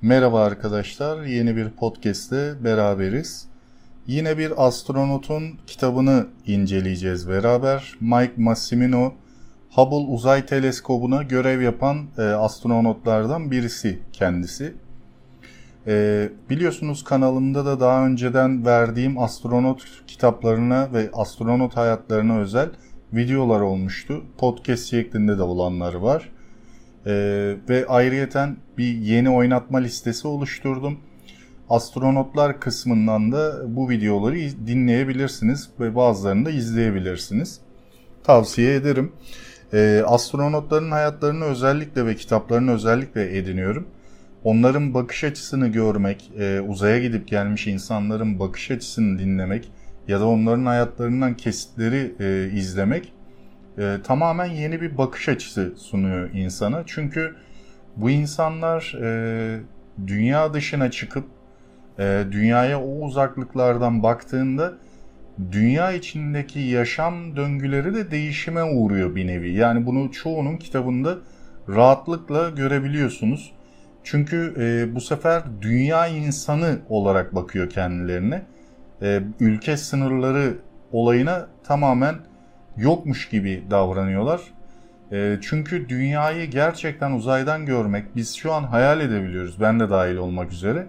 Merhaba arkadaşlar, yeni bir podcast'te beraberiz. Yine bir astronotun kitabını inceleyeceğiz beraber. Mike Massimino, Hubble Uzay Teleskobu'na görev yapan astronotlardan birisi kendisi. Biliyorsunuz kanalımda da daha önceden verdiğim astronot kitaplarına ve astronot hayatlarına özel videolar olmuştu. Podcast şeklinde de olanları var. Ve ayrıyeten bir yeni oynatma listesi oluşturdum. Astronotlar kısmından da bu videoları dinleyebilirsiniz ve bazılarını da izleyebilirsiniz. Tavsiye ederim. Astronotların hayatlarını özellikle ve kitaplarını özellikle ediniyorum. Onların bakış açısını görmek, uzaya gidip gelmiş insanların bakış açısını dinlemek ya da onların hayatlarından kesitleri izlemek tamamen yeni bir bakış açısı sunuyor insana. Çünkü bu insanlar dünya dışına çıkıp dünyaya o uzaklıklardan baktığında dünya içindeki yaşam döngüleri de değişime uğruyor bir nevi. Yani bunu çoğunun kitabında rahatlıkla görebiliyorsunuz. Çünkü bu sefer dünya insanı olarak bakıyor kendilerine. Ülke sınırları olayına tamamen yokmuş gibi davranıyorlar. Çünkü dünyayı gerçekten uzaydan görmek, biz şu an hayal edebiliyoruz, ben de dahil olmak üzere.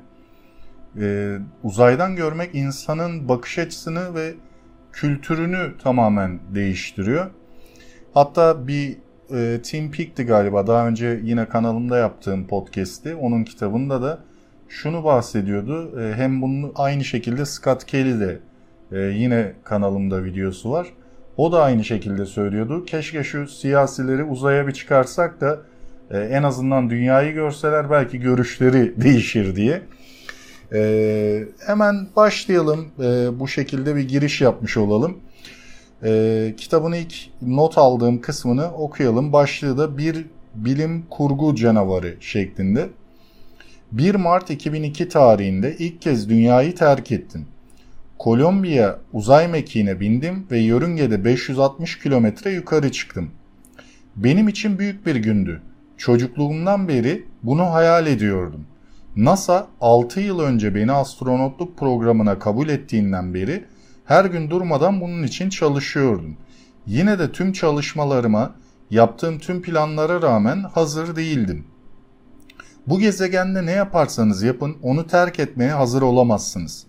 Uzaydan görmek insanın bakış açısını ve kültürünü tamamen değiştiriyor. Hatta bir Tim Peake'ti galiba, daha önce yine kanalımda yaptığım podcast'ti. Onun kitabında da şunu bahsediyordu. Hem bunu aynı şekilde Scott Kelly de yine kanalımda videosu var. O da aynı şekilde söylüyordu. Keşke şu siyasileri uzaya bir çıkarsak da en azından dünyayı görseler belki görüşleri değişir diye. Hemen başlayalım. Bu şekilde bir giriş yapmış olalım. Kitabın ilk not aldığım kısmını okuyalım. Başlığı da bir bilim kurgu canavarı şeklinde. 1 Mart 2002 tarihinde ilk kez dünyayı terk ettim. Kolombiya uzay mekiğine bindim ve yörüngede 560 kilometre yukarı çıktım. Benim için büyük bir gündü. Çocukluğumdan beri bunu hayal ediyordum. NASA 6 yıl önce beni astronotluk programına kabul ettiğinden beri her gün durmadan bunun için çalışıyordum. Yine de tüm çalışmalarıma, yaptığım tüm planlara rağmen hazır değildim. Bu gezegende ne yaparsanız yapın onu terk etmeye hazır olamazsınız.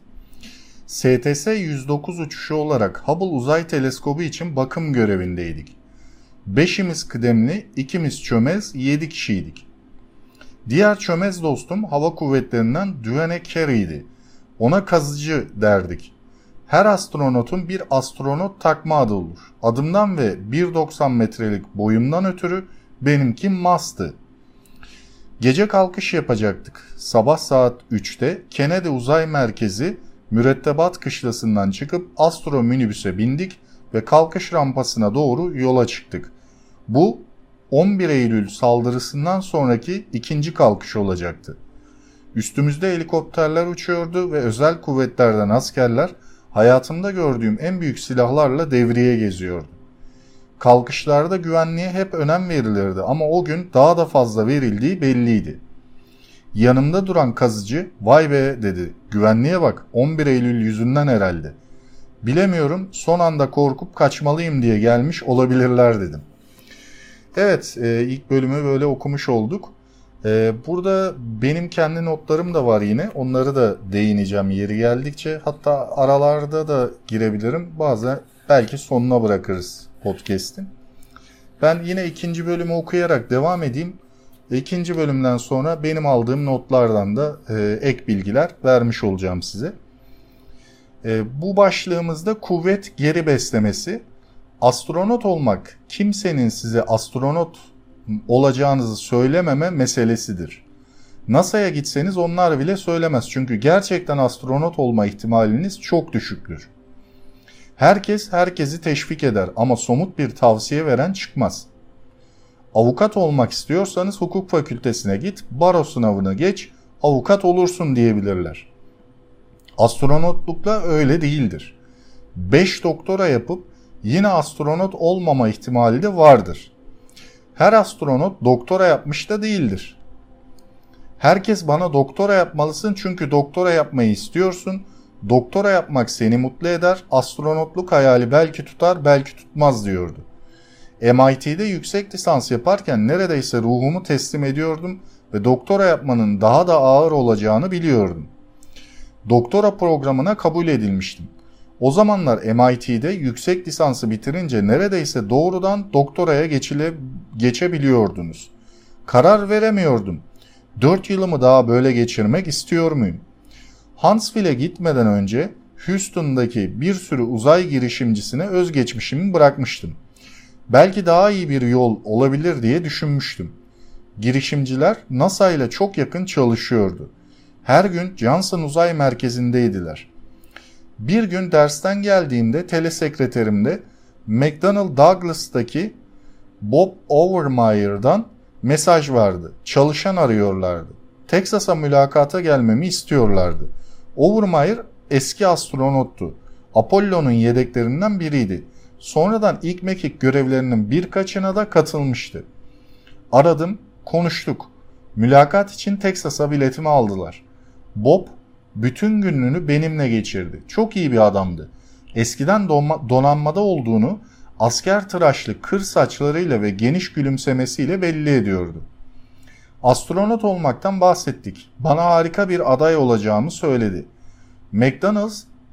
STS-109 uçuşu olarak Hubble Uzay Teleskobu için bakım görevindeydik. 5'imiz kıdemli, 2'miz çömez, 7 kişiydik. Diğer çömez dostum hava kuvvetlerinden Duane Carey'di. Ona kazıcı derdik. Her astronotun bir astronot takma adı olur. Adımdan ve 1,90 metrelik boyumdan ötürü benimki Mast'ı. Gece kalkış yapacaktık. Sabah saat 3'te Kennedy Uzay Merkezi Mürettebat Kışlası'ndan çıkıp Astro minibüse bindik ve kalkış rampasına doğru yola çıktık. Bu 11 Eylül saldırısından sonraki ikinci kalkış olacaktı. Üstümüzde helikopterler uçuyordu ve özel kuvvetlerden askerler hayatımda gördüğüm en büyük silahlarla devriye geziyordu. Kalkışlarda güvenliğe hep önem verilirdi ama o gün daha da fazla verildiği belliydi. Yanımda duran kazıcı "Vay be" dedi. "Güvenliğe bak, 11 Eylül yüzünden herhalde. Bilemiyorum, son anda korkup kaçmalıyım diye gelmiş olabilirler" dedim. Evet, ilk bölümü böyle okumuş olduk. Burada benim kendi notlarım da var yine. Onları da değineceğim yeri geldikçe. Hatta aralarda da girebilirim. Bazen belki sonuna bırakırız podcast'in. Ben yine ikinci bölümü okuyarak devam edeyim. İkinci bölümden sonra benim aldığım notlardan da ek bilgiler vermiş olacağım size. Bu başlığımızda kuvvet geri beslemesi. Astronot olmak kimsenin size astronot olacağınızı söylememe meselesidir. NASA'ya gitseniz onlar bile söylemez. Çünkü gerçekten astronot olma ihtimaliniz çok düşüktür. Herkes herkesi teşvik eder ama somut bir tavsiye veren çıkmaz. Avukat olmak istiyorsanız hukuk fakültesine git, baro sınavını geç, avukat olursun diyebilirler. Astronotlukla öyle değildir. 5 doktora yapıp yine astronot olmama ihtimali de vardır. Her astronot doktora yapmış da değildir. Herkes bana doktora yapmalısın çünkü doktora yapmayı istiyorsun. Doktora yapmak seni mutlu eder. Astronotluk hayali belki tutar, belki tutmaz diyordu. MIT'de yüksek lisans yaparken neredeyse ruhumu teslim ediyordum ve doktora yapmanın daha da ağır olacağını biliyordum. Doktora programına kabul edilmiştim. O zamanlar MIT'de yüksek lisansı bitirince neredeyse doğrudan doktoraya geçebiliyordunuz. Karar veremiyordum. 4 yılımı daha böyle geçirmek istiyor muyum? Huntsville'e gitmeden önce Houston'daki bir sürü uzay girişimcisine özgeçmişimi bırakmıştım. Belki daha iyi bir yol olabilir diye düşünmüştüm. Girişimciler NASA ile çok yakın çalışıyordu. Her gün Johnson Uzay Merkezi'ndeydiler. Bir gün dersten geldiğimde telesekreterimde McDonnell Douglas'taki Bob Overmyer'dan mesaj vardı. Çalışan arıyorlardı. Texas'a mülakata gelmemi istiyorlardı. Overmyer eski astronottu. Apollo'nun yedeklerinden biriydi. Sonradan ilk mekik görevlerinin birkaçına da katılmıştı. Aradım, konuştuk. Mülakat için Texas'a biletimi aldılar. Bob bütün gününü benimle geçirdi. Çok iyi bir adamdı. Eskiden donanmada olduğunu asker tıraşlı kır saçlarıyla ve geniş gülümsemesiyle belli ediyordu. Astronot olmaktan bahsettik. Bana harika bir aday olacağımı söyledi. McDonnell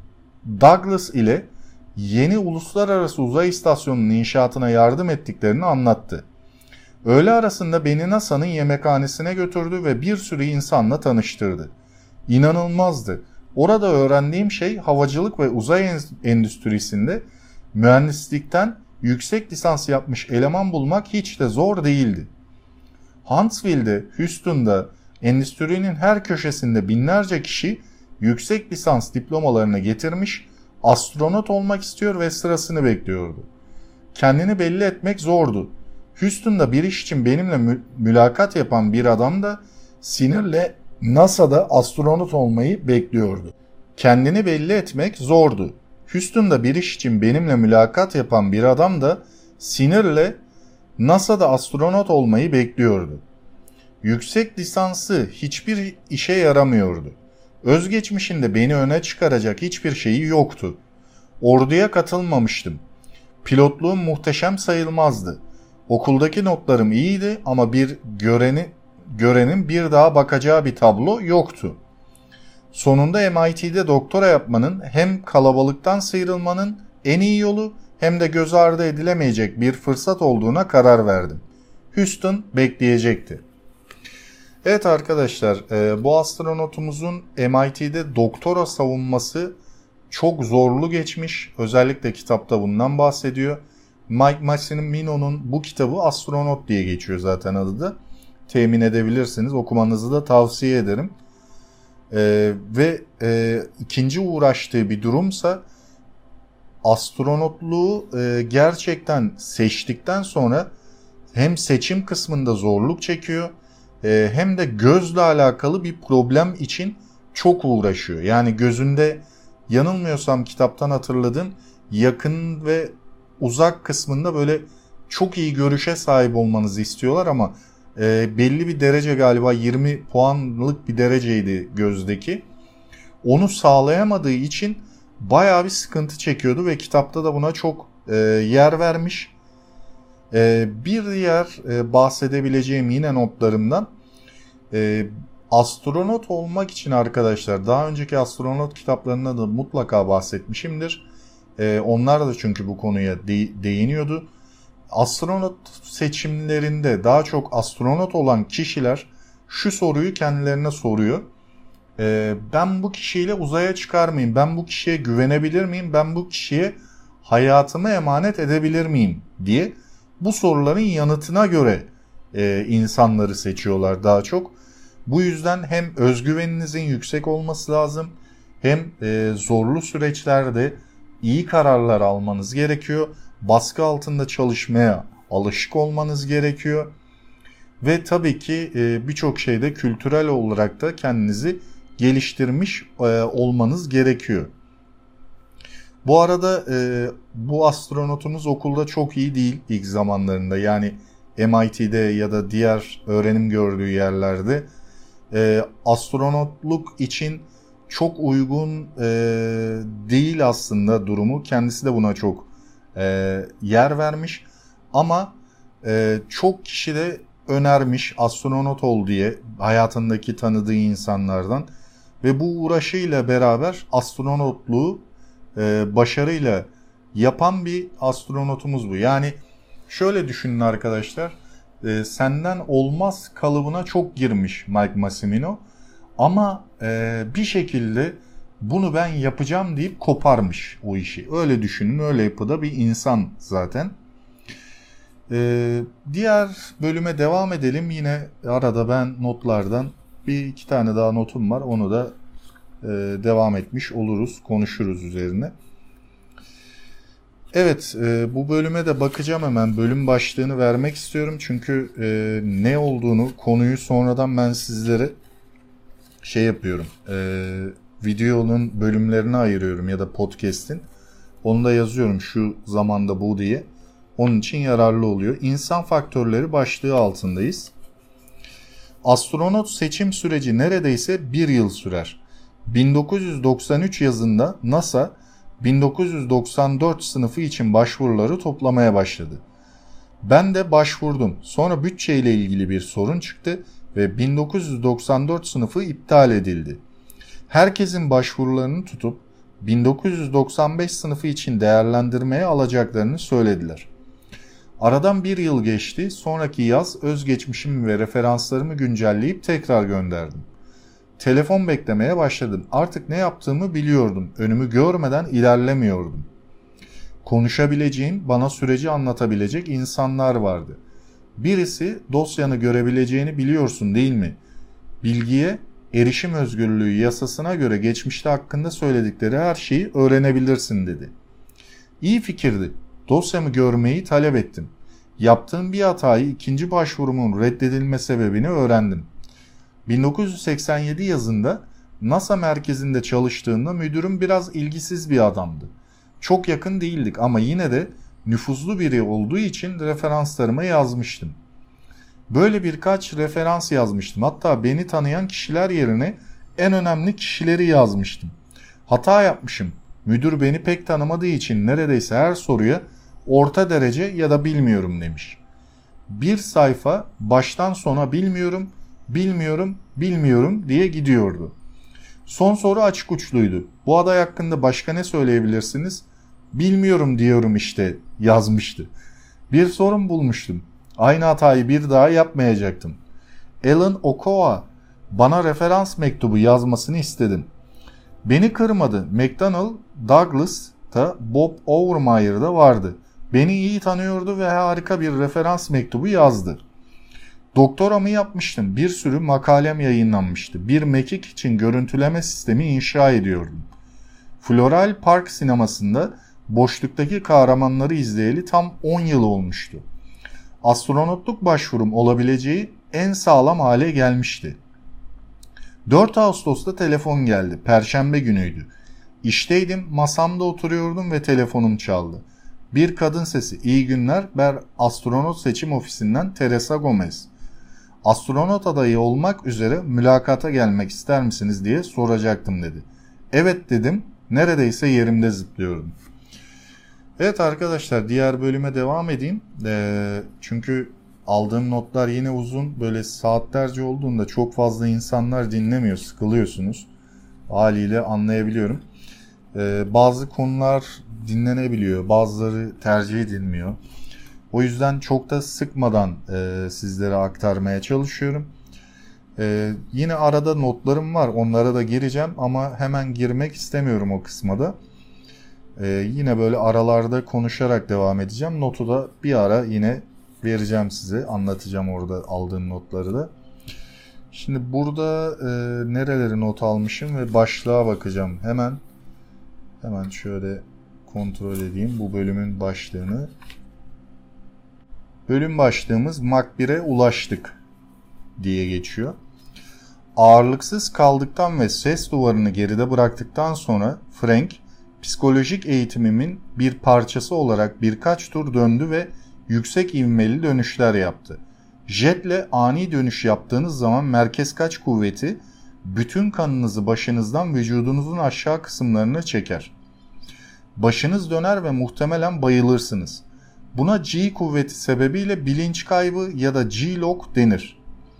Douglas ile yeni uluslararası uzay istasyonunun inşaatına yardım ettiklerini anlattı. Öğle arasında beni NASA'nın yemekhanesine götürdü ve bir sürü insanla tanıştırdı. İnanılmazdı. Orada öğrendiğim şey havacılık ve uzay endüstrisinde mühendislikten yüksek lisans yapmış eleman bulmak hiç de zor değildi. Huntsville'de, Houston'da, endüstrinin her köşesinde binlerce kişi yüksek lisans diplomalarını getirmiş, astronot olmak istiyor ve sırasını bekliyordu. Kendini belli etmek zordu. Houston'da bir iş için benimle mülakat yapan bir adam da sinirle NASA'da astronot olmayı bekliyordu. Kendini belli etmek zordu. Houston'da bir iş için benimle mülakat yapan bir adam da sinirle NASA'da astronot olmayı bekliyordu. Yüksek lisansı hiçbir işe yaramıyordu. Özgeçmişinde beni öne çıkaracak hiçbir şeyi yoktu. Orduya katılmamıştım. Pilotluğum muhteşem sayılmazdı. Okuldaki notlarım iyiydi ama bir görenin bir daha bakacağı bir tablo yoktu. Sonunda MIT'de doktora yapmanın hem kalabalıktan sıyrılmanın en iyi yolu hem de göz ardı edilemeyecek bir fırsat olduğuna karar verdim. Houston bekleyecekti. Evet arkadaşlar, bu astronotumuzun MIT'de doktora savunması çok zorlu geçmiş. Özellikle kitapta bundan bahsediyor. Mike Massimino'nun bu kitabı Astronot diye geçiyor zaten adı da. Temin edebilirsiniz. Okumanızı da tavsiye ederim. İkinci uğraştığı bir durumsa astronotluğu gerçekten seçtikten sonra hem seçim kısmında zorluk çekiyor hem de gözle alakalı bir problem için çok uğraşıyor. Yani gözünde yanılmıyorsam kitaptan hatırladım yakın ve uzak kısmında böyle çok iyi görüşe sahip olmanızı istiyorlar ama belli bir derece galiba 20 puanlık bir dereceydi gözdeki. Onu sağlayamadığı için bayağı bir sıkıntı çekiyordu ve kitapta da buna çok yer vermiş. Bir diğer bahsedebileceğim yine notlarımdan astronot olmak için arkadaşlar daha önceki astronot kitaplarında da mutlaka bahsetmişimdir. Onlar da çünkü bu konuya değiniyordu. Astronot seçimlerinde daha çok astronot olan kişiler şu soruyu kendilerine soruyor. Ben bu kişiyle uzaya çıkar mıyım? Ben bu kişiye güvenebilir miyim? Ben bu kişiye hayatımı emanet edebilir miyim? Diye bu soruların yanıtına göre insanları seçiyorlar daha çok. Bu yüzden hem özgüveninizin yüksek olması lazım hem zorlu süreçlerde iyi kararlar almanız gerekiyor. Baskı altında çalışmaya alışık olmanız gerekiyor. Ve tabii ki birçok şeyde kültürel olarak da kendinizi geliştirmiş olmanız gerekiyor. Bu arada bu astronotunuz okulda çok iyi değil ilk zamanlarında. Yani MIT'de ya da diğer öğrenim gördüğü yerlerde astronotluk için çok uygun değil aslında durumu. Kendisi de buna çok yer vermiş. Ama çok kişi de önermiş astronot ol diye hayatındaki tanıdığı insanlardan. Ve bu uğraşıyla beraber astronotluğu başarıyla yapan bir astronotumuz bu. Yani şöyle düşünün arkadaşlar. Senden olmaz kalıbına çok girmiş Mike Massimino. Ama bir şekilde bunu ben yapacağım deyip koparmış o işi. Öyle düşünün, öyle yapıda bir insan zaten. Diğer bölüme devam edelim. Yine arada ben notlardan bir iki tane daha notum var. Onu da devam etmiş oluruz, konuşuruz üzerine. Evet, bu bölüme de bakacağım hemen. Bölüm başlığını vermek istiyorum. Çünkü ne olduğunu, konuyu sonradan ben sizlere yapıyorum. Videonun bölümlerini ayırıyorum ya da podcast'in. Onu da yazıyorum şu zamanda bu diye. Onun için yararlı oluyor. İnsan faktörleri başlığı altındayız. Astronot seçim süreci neredeyse 1 yıl sürer. 1993 yazında NASA 1994 sınıfı için başvuruları toplamaya başladı. Ben de başvurdum. Sonra bütçeyle ilgili bir sorun çıktı ve 1994 sınıfı iptal edildi. Herkesin başvurularını tutup 1995 sınıfı için değerlendirmeye alacaklarını söylediler. Aradan 1 yıl geçti. Sonraki yaz özgeçmişimi ve referanslarımı güncelleyip tekrar gönderdim. Telefon beklemeye başladım. Artık ne yaptığımı biliyordum. Önümü görmeden ilerlemiyordum. Konuşabileceğim, bana süreci anlatabilecek insanlar vardı. Birisi dosyanı görebileceğini biliyorsun değil mi? Bilgiye erişim özgürlüğü yasasına göre geçmişte hakkında söyledikleri her şeyi öğrenebilirsin dedi. İyi fikirdi. Dosyamı görmeyi talep ettim. Yaptığım bir hatayı ikinci başvurumun reddedilme sebebini öğrendim. 1987 yazında NASA merkezinde çalıştığında müdürüm biraz ilgisiz bir adamdı. Çok yakın değildik ama yine de nüfuzlu biri olduğu için referanslarıma yazmıştım. Böyle birkaç referans yazmıştım. Hatta beni tanıyan kişiler yerine en önemli kişileri yazmıştım. Hata yapmışım. Müdür beni pek tanımadığı için neredeyse her soruya orta derece ya da bilmiyorum demiş. Bir sayfa baştan sona bilmiyorum, bilmiyorum, bilmiyorum diye gidiyordu. Son soru açık uçluydu. Bu aday hakkında başka ne söyleyebilirsiniz? Bilmiyorum diyorum işte yazmıştı. Bir sorun bulmuştum. Aynı hatayı bir daha yapmayacaktım. Alan Ochoa bana referans mektubu yazmasını istedim. Beni kırmadı. McDonnell Douglas da Bob Overmyer da vardı. Beni iyi tanıyordu ve harika bir referans mektubu yazdı. Doktoramı yapmıştım. Bir sürü makalem yayınlanmıştı. Bir mekik için görüntüleme sistemi inşa ediyordum. Floral Park sinemasında boşluktaki kahramanları izleyeli tam 10 yıl olmuştu. Astronotluk başvurum olabileceği en sağlam hale gelmişti. 4 Ağustos'ta telefon geldi. Perşembe günüydü. İşteydim, masamda oturuyordum ve telefonum çaldı. Bir kadın sesi, iyi günler, ben astronot seçim ofisinden Teresa Gomez. Astronot adayı olmak üzere mülakata gelmek ister misiniz diye soracaktım dedi. Evet dedim, neredeyse yerimde zıplıyordum. Evet arkadaşlar, diğer bölüme devam edeyim. Çünkü aldığım notlar yine uzun, böyle saatlerce olduğunda çok fazla insanlar dinlemiyor, sıkılıyorsunuz. Haliyle anlayabiliyorum. Bazı konular dinlenebiliyor, bazıları tercih edilmiyor. O yüzden çok da sıkmadan sizlere aktarmaya çalışıyorum. Yine arada notlarım var, onlara da gireceğim ama hemen girmek istemiyorum o kısma da. Yine böyle aralarda konuşarak devam edeceğim. Notu da bir ara yine vereceğim size, anlatacağım orada aldığım notları da. Şimdi burada nereleri not almışım ve başlığa bakacağım. Hemen şöyle kontrol edeyim bu bölümün başlığını. Bölüm başlığımız Mach 1'e ulaştık diye geçiyor. Ağırlıksız kaldıktan ve ses duvarını geride bıraktıktan sonra Frank, psikolojik eğitimimin bir parçası olarak birkaç tur döndü ve yüksek ivmeli dönüşler yaptı. Jetle ani dönüş yaptığınız zaman merkez kaç kuvveti bütün kanınızı başınızdan vücudunuzun aşağı kısımlarına çeker. Başınız döner ve muhtemelen bayılırsınız. Buna G kuvveti sebebiyle bilinç kaybı ya da G-lock denir.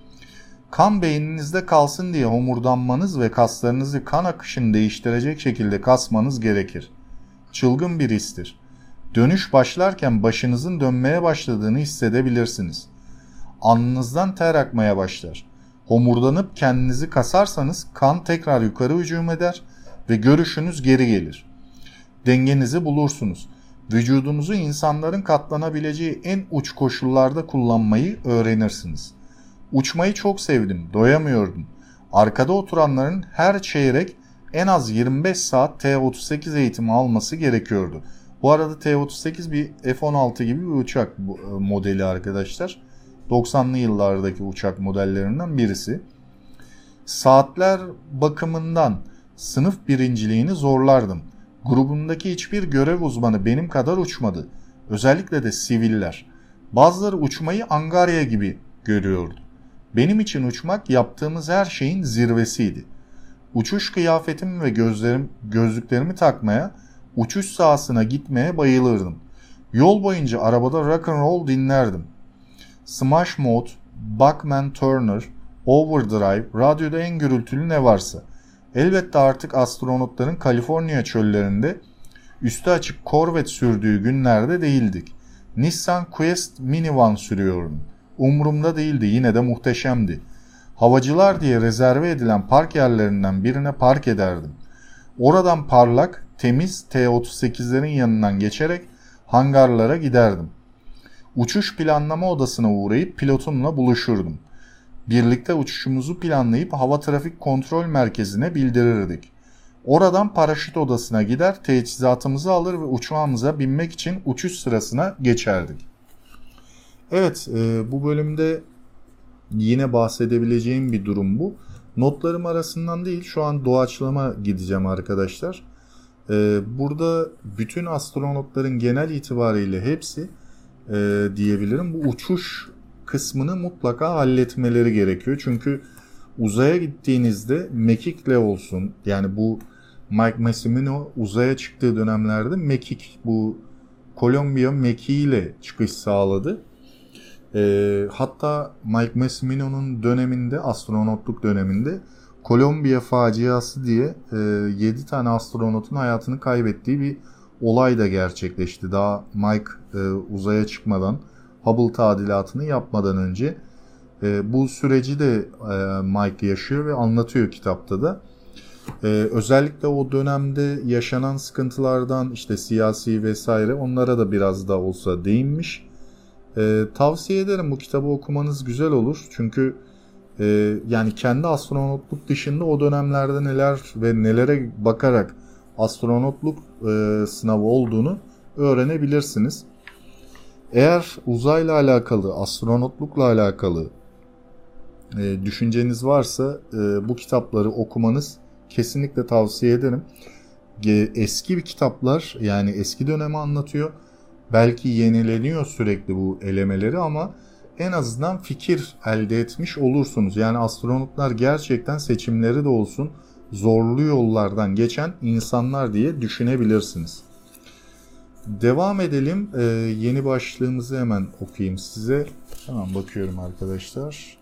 Kan beyninizde kalsın diye homurdanmanız ve kaslarınızı kan akışını değiştirecek şekilde kasmanız gerekir. Çılgın bir histir. Dönüş başlarken başınızın dönmeye başladığını hissedebilirsiniz. Alnınızdan ter akmaya başlar. Homurdanıp kendinizi kasarsanız kan tekrar yukarı hücum eder ve görüşünüz geri gelir. Dengenizi bulursunuz. Vücudunuzu insanların katlanabileceği en uç koşullarda kullanmayı öğrenirsiniz. Uçmayı çok sevdim, doyamıyordum. Arkada oturanların her çeyrek en az 25 saat T-38 eğitimi alması gerekiyordu. Bu arada T-38 bir F-16 gibi bir uçak modeli arkadaşlar. 90'lı yıllardaki uçak modellerinden birisi. Saatler bakımından sınıf birinciliğini zorlardım. Grubumdaki hiçbir görev uzmanı benim kadar uçmadı. Özellikle de siviller. Bazıları uçmayı angarya gibi görüyordu. Benim için uçmak yaptığımız her şeyin zirvesiydi. Uçuş kıyafetimi ve gözlüklerimi takmaya, uçuş sahasına gitmeye bayılırdım. Yol boyunca arabada rock and roll dinlerdim. Smash Mouth, Bachman Turner, Overdrive, radyoda en gürültülü ne varsa. Elbette artık astronotların Kaliforniya çöllerinde üstü açık Corvette sürdüğü günlerde değildik. Nissan Quest minivan sürüyordum. Umurumda değildi, yine de muhteşemdi. Havacılar diye rezerve edilen park yerlerinden birine park ederdim. Oradan parlak, temiz T-38'lerin yanından geçerek hangarlara giderdim. Uçuş planlama odasına uğrayıp pilotumla buluşurdum. Birlikte uçuşumuzu planlayıp hava trafik kontrol merkezine bildirirdik. Oradan paraşüt odasına gider, teçhizatımızı alır ve uçağımıza binmek için uçuş sırasına geçerdik. Evet, bu bölümde yine bahsedebileceğim bir durum bu. Notlarım arasından değil, şu an doğaçlama gideceğim arkadaşlar. Burada bütün astronotların genel itibariyle hepsi diyebilirim bu uçuş kısmını mutlaka halletmeleri gerekiyor. Çünkü uzaya gittiğinizde mekikle olsun, yani bu Mike Massimino uzaya çıktığı dönemlerde mekik, bu Columbia mekiğiyle çıkış sağladı. Hatta Mike Massimino'nun döneminde, astronotluk döneminde Columbia faciası diye 7 tane astronotun hayatını kaybettiği bir olay da gerçekleşti. Daha Mike uzaya çıkmadan, Hubble tadilatını yapmadan önce bu süreci de Mike yaşıyor ve anlatıyor kitapta da. Özellikle o dönemde yaşanan sıkıntılardan, işte siyasi vesaire, onlara da biraz da olsa değinmiş. Tavsiye ederim, bu kitabı okumanız güzel olur. Çünkü yani kendi astronotluk dışında o dönemlerde neler ve nelere bakarak astronotluk sınavı olduğunu öğrenebilirsiniz. Eğer uzayla alakalı, astronotlukla alakalı düşünceniz varsa bu kitapları okumanız kesinlikle tavsiye ederim. Eski bir kitaplar, yani eski dönemi anlatıyor. Belki yenileniyor sürekli bu elemeleri ama en azından fikir elde etmiş olursunuz. Yani astronotlar gerçekten seçimleri de olsun zorlu yollardan geçen insanlar diye düşünebilirsiniz. Devam edelim. Yeni başlığımızı hemen okuyayım size. Hemen bakıyorum arkadaşlar.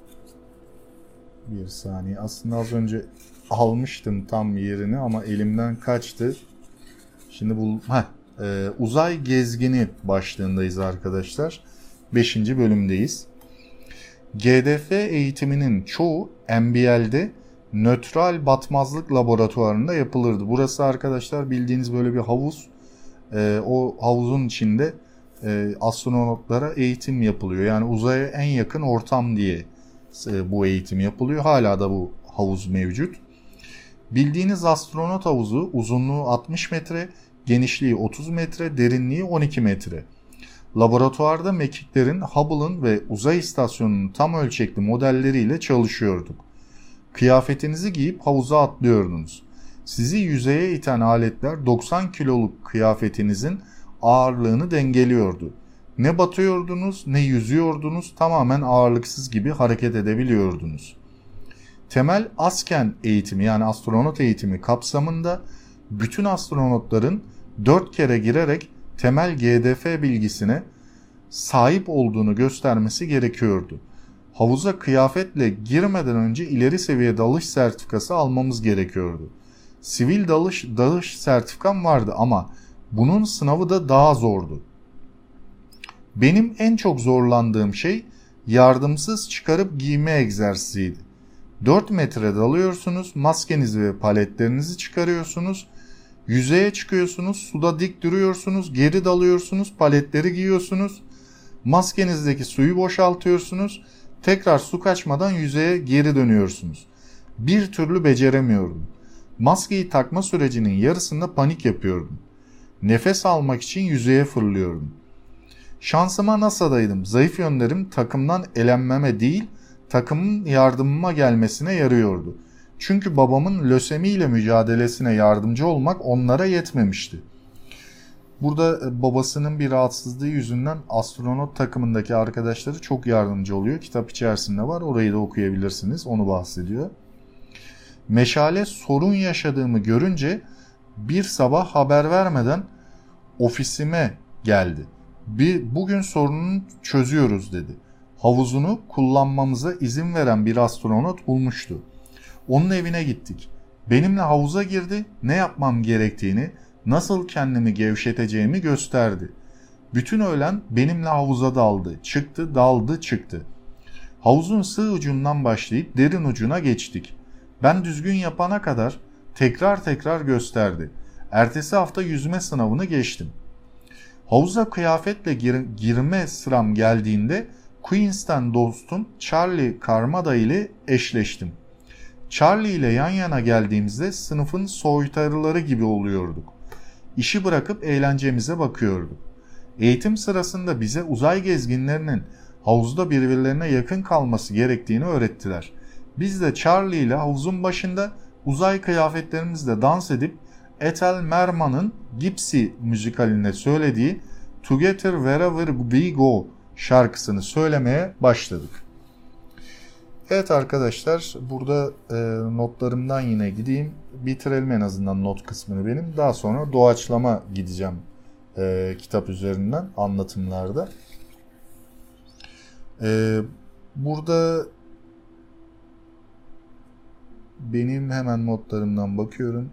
Bir saniye. Aslında az önce almıştım tam yerini ama elimden kaçtı. Şimdi bu uzay gezgini başlığındayız arkadaşlar. 5. bölümdeyiz. GDF eğitiminin çoğu NBL'de nötral batmazlık laboratuvarında yapılırdı. Burası arkadaşlar bildiğiniz böyle bir havuz. O havuzun içinde astronotlara eğitim yapılıyor. Yani uzaya en yakın ortam diye bu eğitim yapılıyor. Hala da bu havuz mevcut. Bildiğiniz astronot havuzu uzunluğu 60 metre, genişliği 30 metre, derinliği 12 metre. Laboratuvarda mekiklerin, Hubble'ın ve uzay istasyonunun tam ölçekli modelleriyle çalışıyorduk. Kıyafetinizi giyip havuza atlıyordunuz. Sizi yüzeye iten aletler 90 kiloluk kıyafetinizin ağırlığını dengeliyordu. Ne batıyordunuz ne yüzüyordunuz, tamamen ağırlıksız gibi hareket edebiliyordunuz. Temel Asken eğitimi yani astronot eğitimi kapsamında bütün astronotların 4 kere girerek temel GDF bilgisine sahip olduğunu göstermesi gerekiyordu. Havuza kıyafetle girmeden önce ileri seviye dalış sertifikası almamız gerekiyordu. Sivil dalış sertifikam vardı ama bunun sınavı da daha zordu. Benim en çok zorlandığım şey yardımsız çıkarıp giyme egzersiziydi. 4 metre dalıyorsunuz, maskenizi ve paletlerinizi çıkarıyorsunuz, yüzeye çıkıyorsunuz, suda dik duruyorsunuz, geri dalıyorsunuz, paletleri giyiyorsunuz, maskenizdeki suyu boşaltıyorsunuz, tekrar su kaçmadan yüzeye geri dönüyorsunuz. Bir türlü beceremiyordum. Maskeyi takma sürecinin yarısında panik yapıyordum. Nefes almak için yüzeye fırlıyordum. Şansıma NASA'daydım. Zayıf yönlerim takımdan elenmeme değil, takımın yardımıma gelmesine yarıyordu. Çünkü babamın lösemiyle mücadelesine yardımcı olmak onlara yetmemişti. Burada babasının bir rahatsızlığı yüzünden astronot takımındaki arkadaşları çok yardımcı oluyor. Kitap içerisinde var. Orayı da okuyabilirsiniz. Onu bahsediyor. Meşale sorun yaşadığımı görünce bir sabah haber vermeden ofisime geldi. Bugün sorununu çözüyoruz dedi. Havuzunu kullanmamıza izin veren bir astronot bulmuştu. Onun evine gittik. Benimle havuza girdi, ne yapmam gerektiğini, nasıl kendimi gevşeteceğimi gösterdi. Bütün öğlen benimle havuza daldı, çıktı, daldı, çıktı. Havuzun sığ ucundan başlayıp derin ucuna geçtik. Ben düzgün yapana kadar tekrar gösterdi. Ertesi hafta yüzme sınavını geçtim. Havuza kıyafetle girme sıram geldiğinde Queens'ten dostum Charlie Karmada ile eşleştim. Charlie ile yan yana geldiğimizde sınıfın soytarıları gibi oluyorduk. İşi bırakıp eğlencemize bakıyorduk. Eğitim sırasında bize uzay gezginlerinin havuzda birbirlerine yakın kalması gerektiğini öğrettiler. Biz de Charlie ile havuzun başında uzay kıyafetlerimizle dans edip Ethel Merman'ın Gypsy müzikalinde söylediği Together Wherever We Go şarkısını söylemeye başladık. Evet arkadaşlar, burada notlarımdan yine gideyim. Bitirelim en azından not kısmını benim. Daha sonra doğaçlama gideceğim kitap üzerinden anlatımlarda. Burada benim hemen notlarımdan bakıyorum.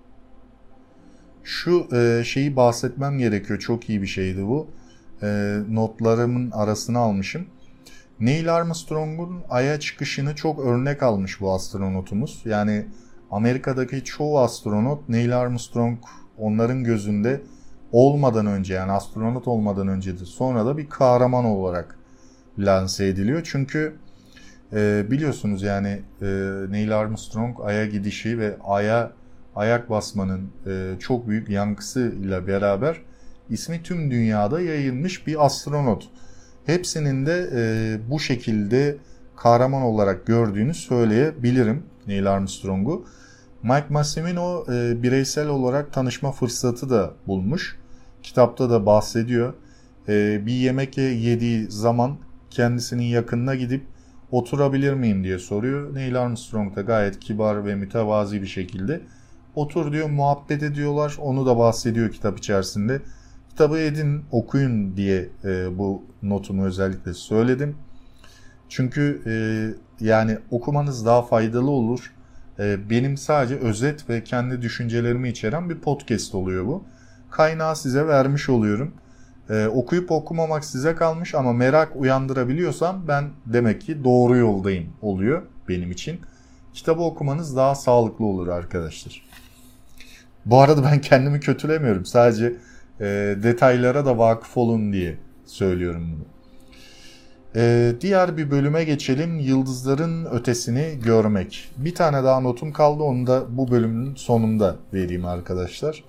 Şu şeyi bahsetmem gerekiyor. Çok iyi bir şeydi bu. Notlarımın arasına almışım. Neil Armstrong'un Ay'a çıkışını çok örnek almış bu astronotumuz. Yani Amerika'daki çoğu astronot Neil Armstrong onların gözünde olmadan önce, yani astronot olmadan öncedir. Sonra da bir kahraman olarak lanse ediliyor. Çünkü biliyorsunuz yani Neil Armstrong Ay'a gidişi ve Ay'a ayak basmanın çok büyük yankısıyla beraber ismi tüm dünyada yayılmış bir astronot. Hepsinin de bu şekilde kahraman olarak gördüğünü söyleyebilirim Neil Armstrong'u. Mike Massimino bireysel olarak tanışma fırsatı da bulmuş. Kitapta da bahsediyor. Bir yemek yediği zaman kendisinin yakınına gidip oturabilir miyim diye soruyor. Neil Armstrong da gayet kibar ve mütevazi bir şekilde otur diyor, muhabbet ediyorlar. Onu da bahsediyor kitap içerisinde. Kitabı edin, okuyun diye bu notumu özellikle söyledim. Çünkü yani okumanız daha faydalı olur. Benim sadece özet ve kendi düşüncelerimi içeren bir podcast oluyor bu. Kaynağı size vermiş oluyorum. Okuyup okumamak size kalmış ama merak uyandırabiliyorsam ben demek ki doğru yoldayım oluyor benim için. Kitabı okumanız daha sağlıklı olur arkadaşlar. Bu arada ben kendimi kötülemiyorum. Sadece detaylara da vakıf olun diye söylüyorum bunu. Diğer bir bölüme geçelim. Yıldızların ötesini görmek. Bir tane daha notum kaldı. Onu da bu bölümün sonunda vereyim arkadaşlar.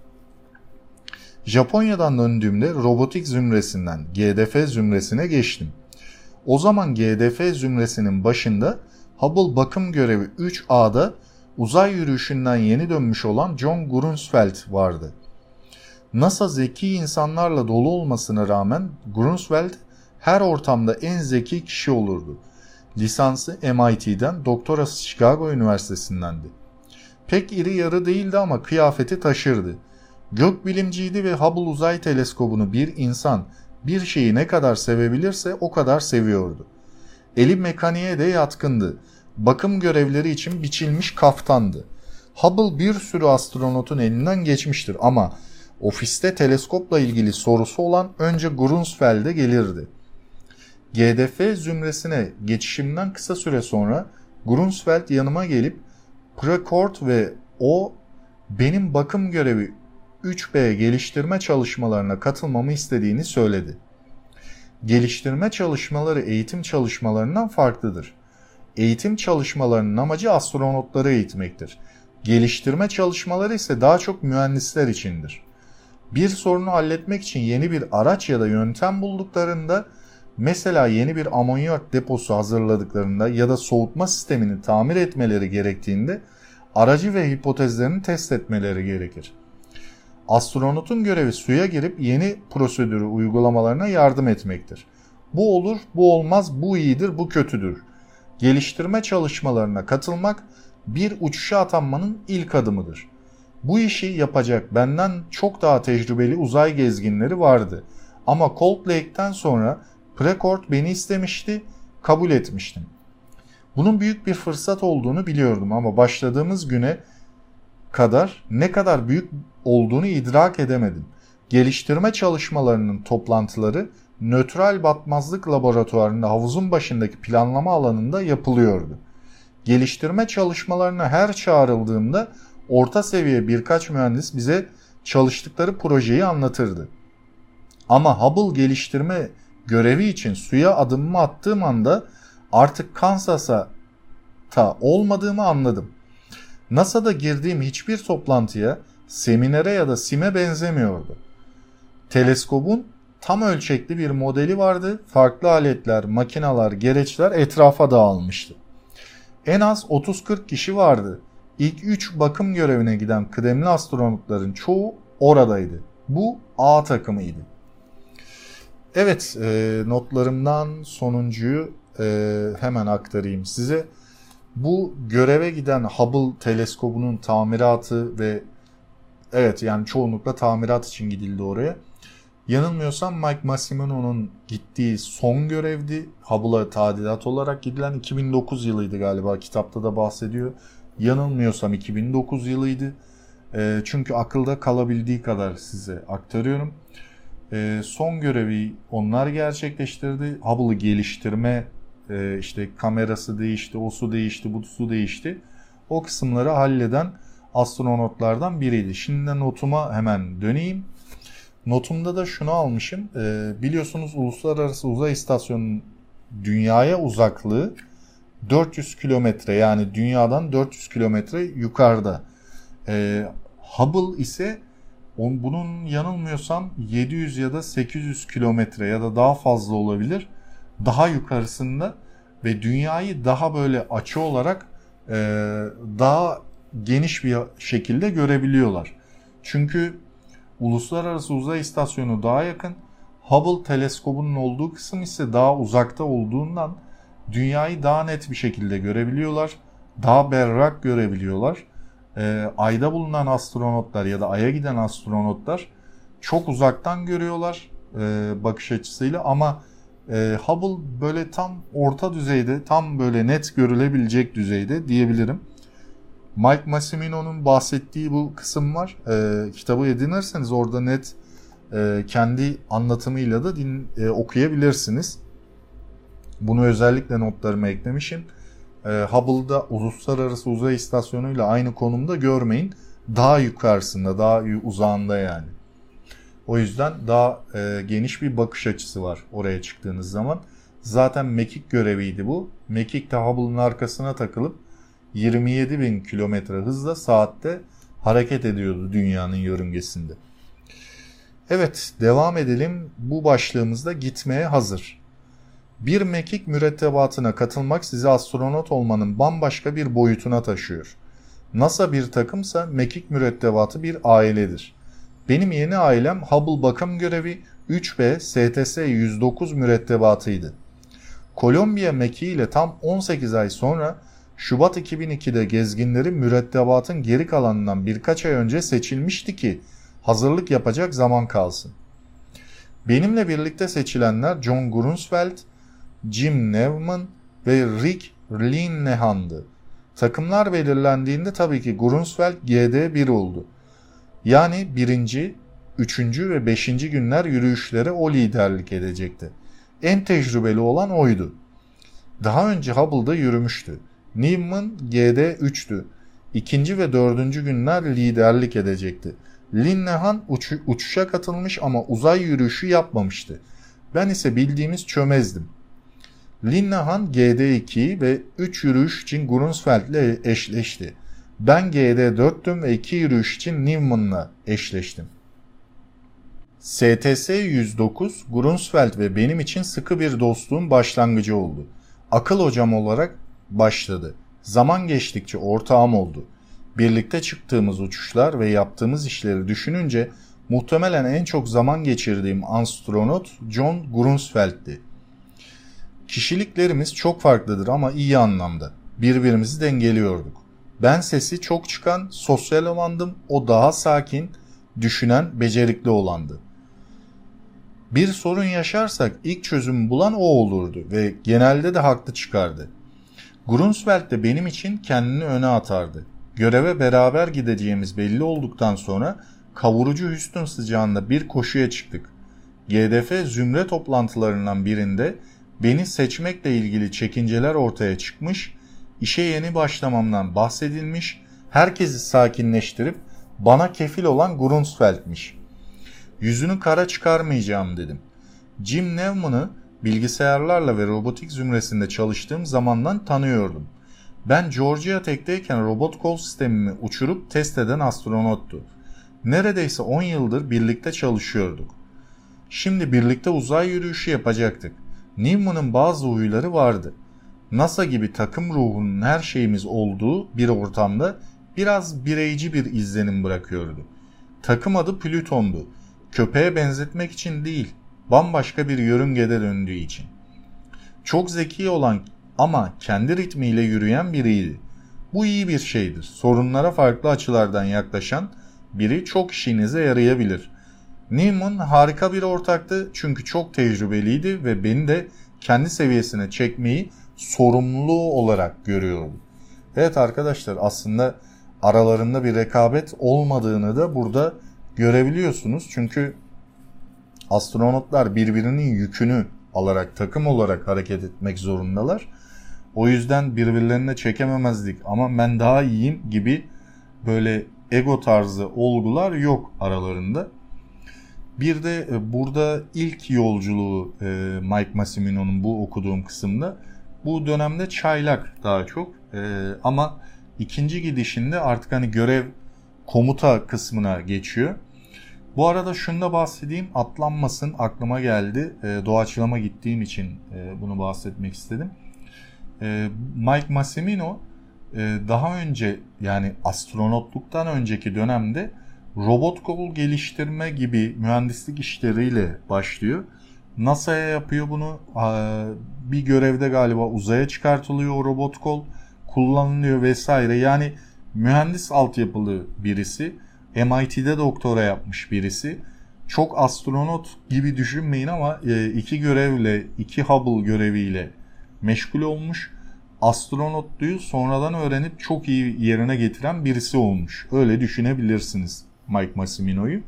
Japonya'dan döndüğümde robotik zümresinden GDF zümresine geçtim. O zaman GDF zümresinin başında Hubble bakım görevi 3A'da uzay yürüyüşünden yeni dönmüş olan John Grunsfeld vardı. NASA zeki insanlarla dolu olmasına rağmen Grunsfeld her ortamda en zeki kişi olurdu. Lisansı MIT'den, doktorası Chicago Üniversitesi'ndendi. Pek iri yarı değildi ama kıyafeti taşırdı. Gökbilimciydi ve Hubble Uzay Teleskobu'nu bir insan bir şeyi ne kadar sevebilirse o kadar seviyordu. Eli mekaniğe de yatkındı. Bakım görevleri için biçilmiş kaftandı. Hubble bir sürü astronotun elinden geçmiştir ama ofiste teleskopla ilgili sorusu olan önce Grunsfeld'e gelirdi. GDF zümresine geçişimden kısa süre sonra Grunsfeld yanıma gelip Precourt ve o benim bakım görevi 3B geliştirme çalışmalarına katılmamı istediğini söyledi. Geliştirme çalışmaları eğitim çalışmalarından farklıdır. Eğitim çalışmalarının amacı astronotları eğitmektir. Geliştirme çalışmaları ise daha çok mühendisler içindir. Bir sorunu halletmek için yeni bir araç ya da yöntem bulduklarında, mesela yeni bir amonyak deposu hazırladıklarında ya da soğutma sistemini tamir etmeleri gerektiğinde aracı ve hipotezlerini test etmeleri gerekir. Astronotun görevi suya girip yeni prosedürü uygulamalarına yardım etmektir. Bu olur, bu olmaz, bu iyidir, bu kötüdür. Geliştirme çalışmalarına katılmak bir uçuşa atanmanın ilk adımıdır. Bu işi yapacak benden çok daha tecrübeli uzay gezginleri vardı. Ama Cold Lake'ten sonra Precourt beni istemişti, kabul etmiştim. Bunun büyük bir fırsat olduğunu biliyordum ama başladığımız güne kadar ne kadar büyük olduğunu idrak edemedim. Geliştirme çalışmalarının toplantıları nötral batmazlık laboratuvarında havuzun başındaki planlama alanında yapılıyordu. Geliştirme çalışmalarına her çağrıldığımda orta seviye birkaç mühendis bize çalıştıkları projeyi anlatırdı. Ama Hubble geliştirme görevi için suya adımımı attığım anda artık Kansas'ta olmadığımı anladım. NASA'da girdiğim hiçbir toplantıya, seminere ya da SIM'e benzemiyordu. Teleskobun tam ölçekli bir modeli vardı. Farklı aletler, makineler, gereçler etrafa dağılmıştı. En az 30-40 kişi vardı. İlk 3 bakım görevine giden kıdemli astronotların çoğu oradaydı. Bu A takımıydı. Evet, notlarımdan sonuncuyu hemen aktarayım size. Bu göreve giden Hubble teleskobunun tamiratı ve evet yani çoğunlukla tamirat için gidildi oraya. Yanılmıyorsam Mike Massimino'nun gittiği son görevdi. Hubble'a tadilat olarak gidilen 2009 yılıydı galiba, kitapta da bahsediyor. Yanılmıyorsam 2009 yılıydı. Çünkü akılda kalabildiği kadar size aktarıyorum. Son görevi onlar gerçekleştirdi. Hubble'ı geliştirme, işte kamerası değişti, o su değişti, bu su değişti. O kısımları halleden astronotlardan biriydi. Şimdi notuma hemen döneyim. Notumda da şunu almışım. Biliyorsunuz Uluslararası Uzay İstasyonu'nun dünyaya uzaklığı 400 kilometre, yani dünyadan 400 kilometre yukarıda. Hubble ise bunun yanılmıyorsam 700 ya da 800 kilometre ya da daha fazla olabilir, daha yukarısında ve dünyayı daha böyle açı olarak daha geniş bir şekilde görebiliyorlar. Çünkü Uluslararası Uzay İstasyonu daha yakın, Hubble teleskobunun olduğu kısım ise daha uzakta olduğundan dünyayı daha net bir şekilde görebiliyorlar, daha berrak görebiliyorlar. Ayda bulunan astronotlar ya da Ay'a giden astronotlar çok uzaktan görüyorlar bakış açısıyla ama Hubble böyle tam orta düzeyde, tam böyle net görülebilecek düzeyde diyebilirim. Mike Massimino'nun bahsettiği bu kısım var. Kitabı edinirseniz orada net kendi anlatımıyla da okuyabilirsiniz. Bunu özellikle notlarıma eklemişim. Hubble'da Uluslararası Uzay İstasyonu ile aynı konumda görmeyin. Daha yukarısında, daha uzağında yani. O yüzden daha geniş bir bakış açısı var oraya çıktığınız zaman. Zaten mekik göreviydi bu. Mekik de Hubble'ın arkasına takılıp 27.000 kilometre hızla saatte hareket ediyordu dünyanın yörüngesinde. Evet, devam edelim. Bu başlığımızda gitmeye hazır. Bir mekik mürettebatına katılmak sizi astronot olmanın bambaşka bir boyutuna taşıyor. NASA bir takımsa mekik mürettebatı bir ailedir. Benim yeni ailem Hubble bakım görevi 3B STS-109 mürettebatıydı. Kolombiya mekiği ile tam 18 ay sonra Şubat 2002'de gezginleri mürettebatın geri kalanından birkaç ay önce seçilmişti ki hazırlık yapacak zaman kalsın. Benimle birlikte seçilenler John Grunsfeld, Jim Newman ve Rick Linehan'dı. Takımlar belirlendiğinde tabii ki Grunsfeld GD1 oldu. Yani 1. 3. ve 5. günler yürüyüşlere o liderlik edecekti. En tecrübeli olan oydu. Daha önce Hubble'da yürümüştü. Newman GD3'tü. 2. ve 4. günler liderlik edecekti. Linehan uçuşa katılmış ama uzay yürüyüşü yapmamıştı. Ben ise bildiğimiz çömezdim. Linehan GD2 ve 3 yürüyüş için Grunsfeld ile eşleşti. Ben GD4'tüm ve 2 yürüyüş için Newman'la eşleştim. STS-109, Grunsfeld ve benim için sıkı bir dostluğun başlangıcı oldu. Akıl hocam olarak başladı. Zaman geçtikçe ortağım oldu. Birlikte çıktığımız uçuşlar ve yaptığımız işleri düşününce muhtemelen en çok zaman geçirdiğim astronot John Grunsfeld'ti. Kişiliklerimiz çok farklıdır ama iyi anlamda. Birbirimizi dengeliyorduk. Ben sesi çok çıkan, sosyal olandım, o daha sakin, düşünen, becerikli olandı. Bir sorun yaşarsak ilk çözümü bulan o olurdu ve genelde de haklı çıkardı. Grunsfeld de benim için kendini öne atardı. Göreve beraber gideceğimiz belli olduktan sonra kavurucu Houston sıcağında bir koşuya çıktık. GDF zümre toplantılarından birinde beni seçmekle ilgili çekinceler ortaya çıkmış, işe yeni başlamamdan bahsedilmiş, herkesi sakinleştirip bana kefil olan Grunsfeld'miş. Yüzünü kara çıkarmayacağım dedim. Jim Newman'ı bilgisayarlarla ve robotik zümresinde çalıştığım zamandan tanıyordum. Ben Georgia Tech'teyken robot kol sistemimi uçurup test eden astronottu. Neredeyse 10 yıldır birlikte çalışıyorduk. Şimdi birlikte uzay yürüyüşü yapacaktık. Newman'ın bazı huyları vardı. NASA gibi takım ruhunun her şeyimiz olduğu bir ortamda biraz bireyci bir izlenim bırakıyordu. Takım adı Plüton'du. Köpeğe benzetmek için değil, bambaşka bir yörüngede döndüğü için. Çok zeki olan ama kendi ritmiyle yürüyen biriydi. Bu iyi bir şeydir. Sorunlara farklı açılardan yaklaşan biri çok işinize yarayabilir. Newman harika bir ortaktı çünkü çok tecrübeliydi ve beni de kendi seviyesine çekmeyi sorumluluğu olarak görüyordu. Evet arkadaşlar, aslında aralarında bir rekabet olmadığını da burada görebiliyorsunuz. Çünkü astronotlar birbirinin yükünü alarak, takım olarak hareket etmek zorundalar. O yüzden birbirlerine çekememezlik ama ben daha iyiyim gibi böyle ego tarzı olgular yok aralarında. Bir de burada ilk yolculuğu Mike Massimino'nun bu okuduğum kısımda, bu dönemde çaylak daha çok ama ikinci gidişinde artık hani görev komuta kısmına geçiyor. Bu arada şunu da bahsedeyim, atlanmasın, aklıma geldi. Doğaçlama gittiğim için bunu bahsetmek istedim. Mike Massimino daha önce, yani astronotluktan önceki dönemde robot kol geliştirme gibi mühendislik işleriyle başlıyor. NASA'ya yapıyor bunu. Bir görevde galiba uzaya çıkartılıyor o robot kol, kullanılıyor vesaire. Yani mühendis altyapılı birisi. MIT'de doktora yapmış birisi. Çok astronot gibi düşünmeyin ama iki görevle, iki Hubble göreviyle meşgul olmuş. Astronotluğu sonradan öğrenip çok iyi yerine getiren birisi olmuş. Öyle düşünebilirsiniz Mike Massimino'yu.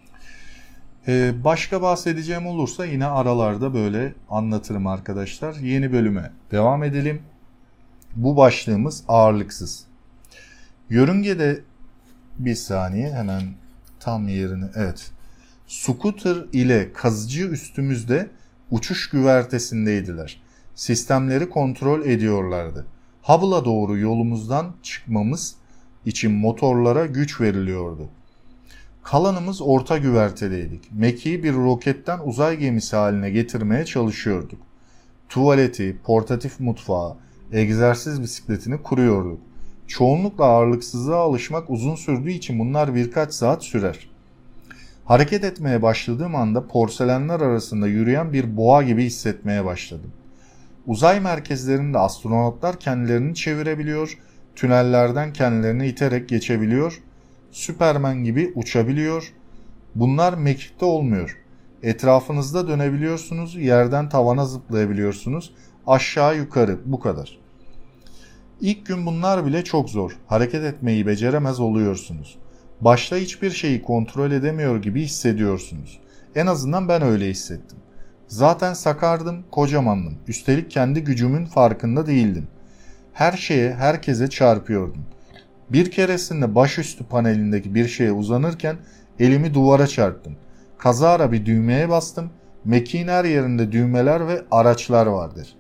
Başka bahsedeceğim olursa yine aralarda böyle anlatırım arkadaşlar. Yeni bölüme devam edelim. Bu başlığımız ağırlıksız. Yörüngede bir saniye hemen tam yerini, evet. Scooter ile kazıcı üstümüzde uçuş güvertesindeydiler. Sistemleri kontrol ediyorlardı. Hubble'a doğru yolumuzdan çıkmamız için motorlara güç veriliyordu. Kalanımız orta güvertedeydik. Mekiği bir roketten uzay gemisi haline getirmeye çalışıyorduk. Tuvaleti, portatif mutfağı, egzersiz bisikletini kuruyorduk. Çoğunlukla ağırlıksızlığa alışmak uzun sürdüğü için bunlar birkaç saat sürer. Hareket etmeye başladığım anda porselenler arasında yürüyen bir boğa gibi hissetmeye başladım. Uzay merkezlerinde astronotlar kendilerini çevirebiliyor, tünellerden kendilerini iterek geçebiliyor, Süpermen gibi uçabiliyor. Bunlar mekikte olmuyor. Etrafınızda dönebiliyorsunuz, yerden tavana zıplayabiliyorsunuz, aşağı yukarı, bu kadar. İlk gün bunlar bile çok zor. Hareket etmeyi beceremez oluyorsunuz. Başta hiçbir şeyi kontrol edemiyor gibi hissediyorsunuz. En azından ben öyle hissettim. Zaten sakardım, kocamandım. Üstelik kendi gücümün farkında değildim. Her şeye, herkese çarpıyordum. Bir keresinde başüstü panelindeki bir şeye uzanırken elimi duvara çarptım. Kazara bir düğmeye bastım. Mekiğin her yerinde düğmeler ve araçlar vardır.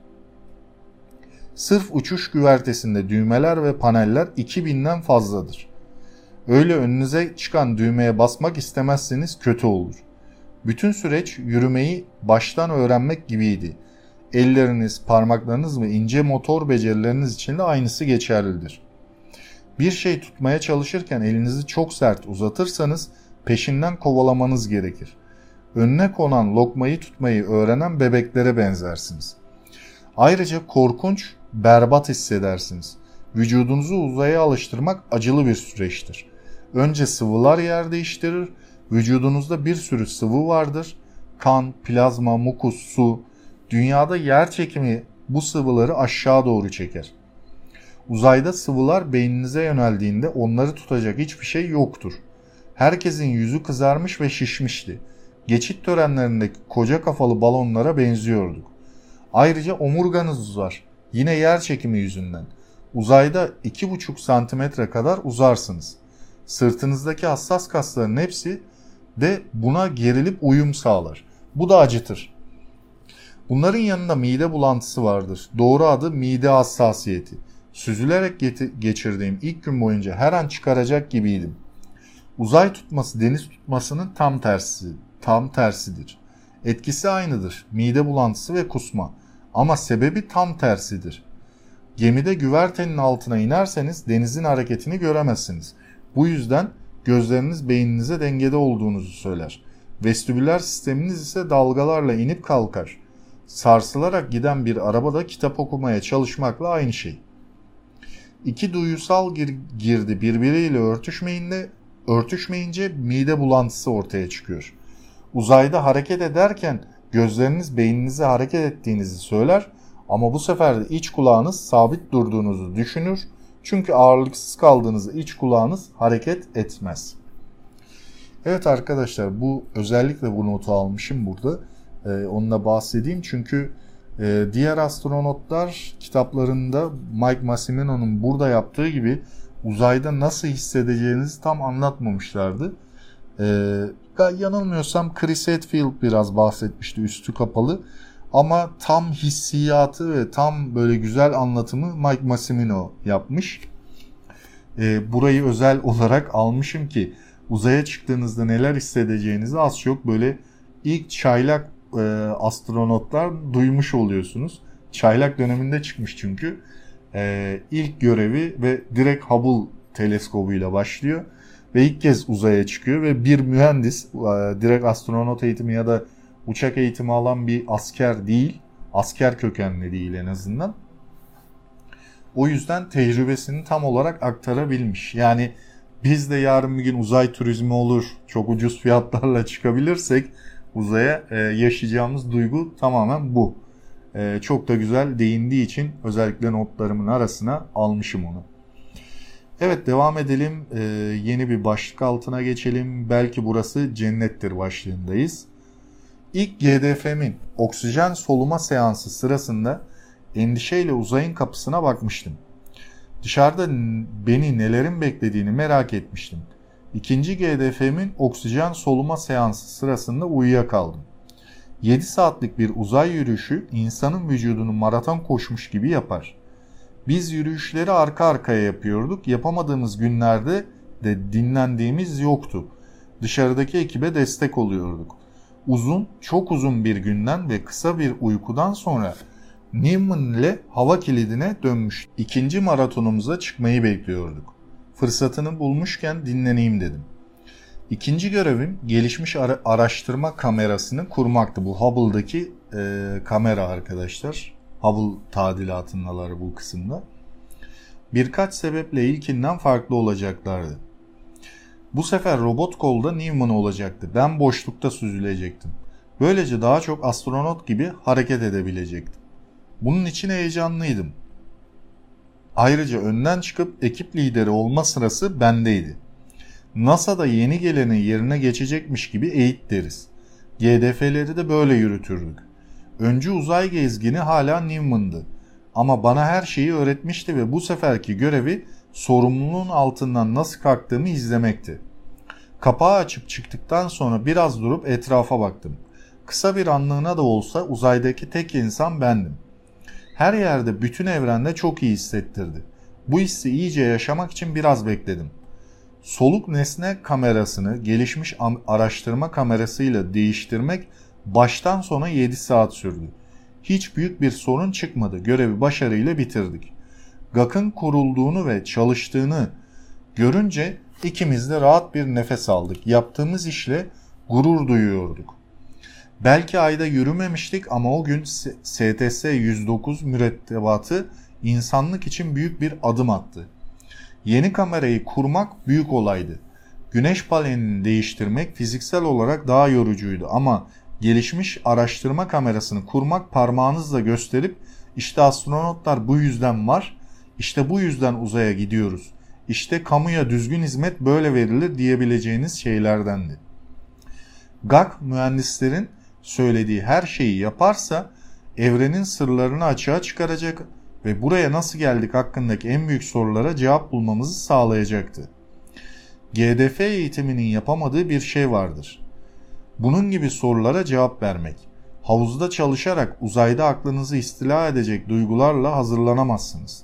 Sırf uçuş güvertesinde düğmeler ve paneller 2000'den fazladır. Öyle önünüze çıkan düğmeye basmak istemezseniz kötü olur. Bütün süreç yürümeyi baştan öğrenmek gibiydi. Elleriniz, parmaklarınız ve ince motor becerileriniz için de aynısı geçerlidir. Bir şey tutmaya çalışırken elinizi çok sert uzatırsanız peşinden kovalamanız gerekir. Önüne konan lokmayı tutmayı öğrenen bebeklere benzersiniz. Ayrıca korkunç, berbat hissedersiniz. Vücudunuzu uzaya alıştırmak acılı bir süreçtir. Önce sıvılar yer değiştirir, vücudunuzda bir sürü sıvı vardır. Kan, plazma, mukus, su. Dünyada yer çekimi bu sıvıları aşağı doğru çeker. Uzayda sıvılar beyninize yöneldiğinde onları tutacak hiçbir şey yoktur. Herkesin yüzü kızarmış ve şişmişti. Geçit törenlerindeki koca kafalı balonlara benziyorduk. Ayrıca omurganız uzar. Yine yer çekimi yüzünden. Uzayda 2,5 santimetre kadar uzarsınız. Sırtınızdaki hassas kasların hepsi de buna gerilip uyum sağlar. Bu da acıtır. Bunların yanında mide bulantısı vardır. Doğru adı mide hassasiyeti. Süzülerek geçirdiğim ilk gün boyunca her an çıkaracak gibiydim. Uzay tutması deniz tutmasının tam tersidir. Etkisi aynıdır. Mide bulantısı ve kusma. Ama sebebi tam tersidir. Gemide güvertenin altına inerseniz denizin hareketini göremezsiniz. Bu yüzden gözleriniz beyninize dengede olduğunuzu söyler. Vestibüler sisteminiz ise dalgalarla inip kalkar. Sarsılarak giden bir arabada kitap okumaya çalışmakla aynı şey. İki duyusal girdi birbiriyle örtüşmeyince mide bulantısı ortaya çıkıyor. Uzayda hareket ederken gözleriniz beyninize hareket ettiğinizi söyler ama bu sefer de iç kulağınız sabit durduğunuzu düşünür. Çünkü ağırlıksız kaldığınızda iç kulağınız hareket etmez. Evet arkadaşlar, bu özellikle bu notu almışım burada. Onunla bahsedeyim çünkü diğer astronotlar kitaplarında Mike Massimino'nun burada yaptığı gibi uzayda nasıl hissedeceğinizi tam anlatmamışlardı. Yanılmıyorsam Chris Hadfield biraz bahsetmişti, üstü kapalı. Ama tam hissiyatı ve tam böyle güzel anlatımı Mike Massimino yapmış. Burayı özel olarak almışım ki uzaya çıktığınızda neler hissedeceğinizi az çok böyle ilk çaylak astronotlar duymuş oluyorsunuz. Çaylak döneminde çıkmış çünkü. İlk görevi ve direkt Hubble teleskobuyla başlıyor. Ve ilk kez uzaya çıkıyor ve bir mühendis, direkt astronot eğitimi ya da uçak eğitimi alan bir asker değil, asker kökenli değil en azından. O yüzden tecrübesini tam olarak aktarabilmiş. Yani biz de yarın bir gün uzay turizmi olur, çok ucuz fiyatlarla çıkabilirsek uzaya yaşayacağımız duygu tamamen bu. Çok da güzel değindiği için özellikle notlarımın arasına almışım onu. Evet, devam edelim. Yeni bir başlık altına geçelim. Belki burası cennettir başlığındayız. İlk GDF'min oksijen soluma seansı sırasında endişeyle uzayın kapısına bakmıştım. Dışarıda beni nelerin beklediğini merak etmiştim. İkinci GDF'min oksijen soluma seansı sırasında uyuyakaldım. 7 saatlik bir uzay yürüyüşü insanın vücudunu maraton koşmuş gibi yapar. Biz yürüyüşleri arka arkaya yapıyorduk. Yapamadığımız günlerde de dinlendiğimiz yoktu. Dışarıdaki ekibe destek oluyorduk. Çok uzun bir günden ve kısa bir uykudan sonra Newman ile hava kilidine dönmüş. İkinci maratonumuza çıkmayı bekliyorduk. Fırsatını bulmuşken dinleneyim dedim. İkinci görevim gelişmiş araştırma kamerasını kurmaktı. Bu Hubble'daki kamera arkadaşlar. Hubble tadilatındalar bu kısımda. Birkaç sebeple ilkinden farklı olacaklardı. Bu sefer robot kolda Newman olacaktı. Ben boşlukta süzülecektim. Böylece daha çok astronot gibi hareket edebilecektim. Bunun için heyecanlıydım. Ayrıca önden çıkıp ekip lideri olma sırası bendeydi. NASA'da yeni geleni yerine geçecekmiş gibi eğit deriz. GDF'leri de böyle yürütürdük. Öncü uzay gezgini hala Newman'dı. Ama bana her şeyi öğretmişti ve bu seferki görevi sorumluluğun altından nasıl kalktığımı izlemekti. Kapağı açıp çıktıktan sonra biraz durup etrafa baktım. Kısa bir anlığına da olsa uzaydaki tek insan bendim. Her yerde, bütün evrende çok iyi hissettirdi. Bu hissi iyice yaşamak için biraz bekledim. Soluk nesne kamerasını gelişmiş araştırma kamerasıyla değiştirmek baştan sona 7 saat sürdü. Hiç büyük bir sorun çıkmadı. Görevi başarıyla bitirdik. GAC'ın kurulduğunu ve çalıştığını görünce ikimiz de rahat bir nefes aldık. Yaptığımız işle gurur duyuyorduk. Belki ayda yürümemiştik ama o gün STS-109 mürettebatı insanlık için büyük bir adım attı. Yeni kamerayı kurmak büyük olaydı. Güneş panelini değiştirmek fiziksel olarak daha yorucuydu ama gelişmiş araştırma kamerasını kurmak, parmağınızla gösterip işte astronotlar bu yüzden var, işte bu yüzden uzaya gidiyoruz, işte kamuya düzgün hizmet böyle verilir diyebileceğiniz şeylerdendi. GAC mühendislerin söylediği her şeyi yaparsa evrenin sırlarını açığa çıkaracak ve buraya nasıl geldik hakkındaki en büyük sorulara cevap bulmamızı sağlayacaktı. GDF eğitiminin yapamadığı bir şey vardır. Bunun gibi sorulara cevap vermek. Havuzda çalışarak uzayda aklınızı istila edecek duygularla hazırlanamazsınız.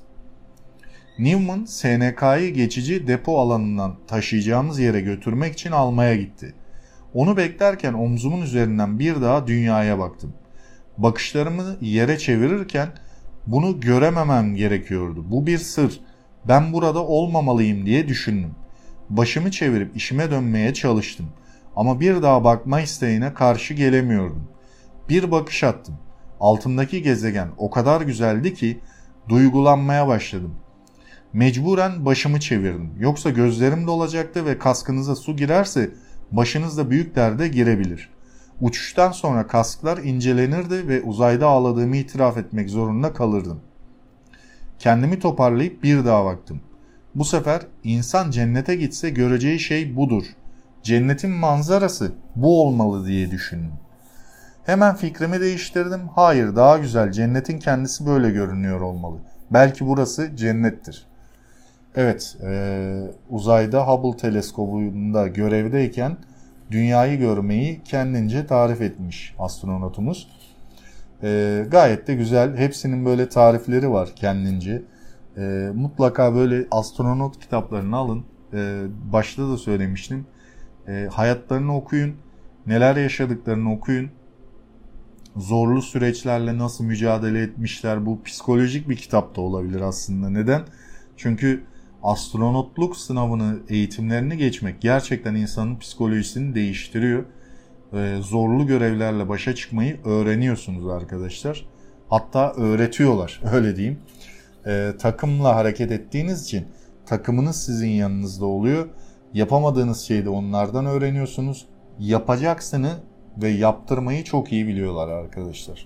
Newman, SNK'yı geçici depo alanından taşıyacağımız yere götürmek için almaya gitti. Onu beklerken omzumun üzerinden bir daha dünyaya baktım. Bakışlarımı yere çevirirken bunu görememem gerekiyordu. Bu bir sır. Ben burada olmamalıyım diye düşündüm. Başımı çevirip işime dönmeye çalıştım. Ama bir daha bakma isteğine karşı gelemiyordum. Bir bakış attım. Altındaki gezegen o kadar güzeldi ki duygulanmaya başladım. Mecburen başımı çevirdim. Yoksa gözlerim dolacaktı ve kaskınıza su girerse başınız da büyük derde girebilir. Uçuştan sonra kasklar incelenirdi ve uzayda ağladığımı itiraf etmek zorunda kalırdım. Kendimi toparlayıp bir daha baktım. Bu sefer insan cennete gitse göreceği şey budur. Cennetin manzarası bu olmalı diye düşündüm. Hemen fikrimi değiştirdim. Hayır, daha güzel. Cennetin kendisi böyle görünüyor olmalı. Belki burası cennettir. Evet, uzayda Hubble teleskobunda görevdeyken dünyayı görmeyi kendince tarif etmiş astronotumuz. Gayet de güzel. Hepsinin böyle tarifleri var kendince. Mutlaka böyle astronot kitaplarını alın. Başta da söylemiştim. Hayatlarını okuyun. Neler yaşadıklarını okuyun. Zorlu süreçlerle nasıl mücadele etmişler. Bu psikolojik bir kitap da olabilir aslında. Neden? Çünkü astronotluk sınavını, eğitimlerini geçmek gerçekten insanın psikolojisini değiştiriyor. Zorlu görevlerle başa çıkmayı öğreniyorsunuz arkadaşlar. Hatta öğretiyorlar, öyle diyeyim. Takımla hareket ettiğiniz için takımınız sizin yanınızda oluyor. Yapamadığınız şeyi de onlardan öğreniyorsunuz. Yapacaksını ve yaptırmayı çok iyi biliyorlar arkadaşlar.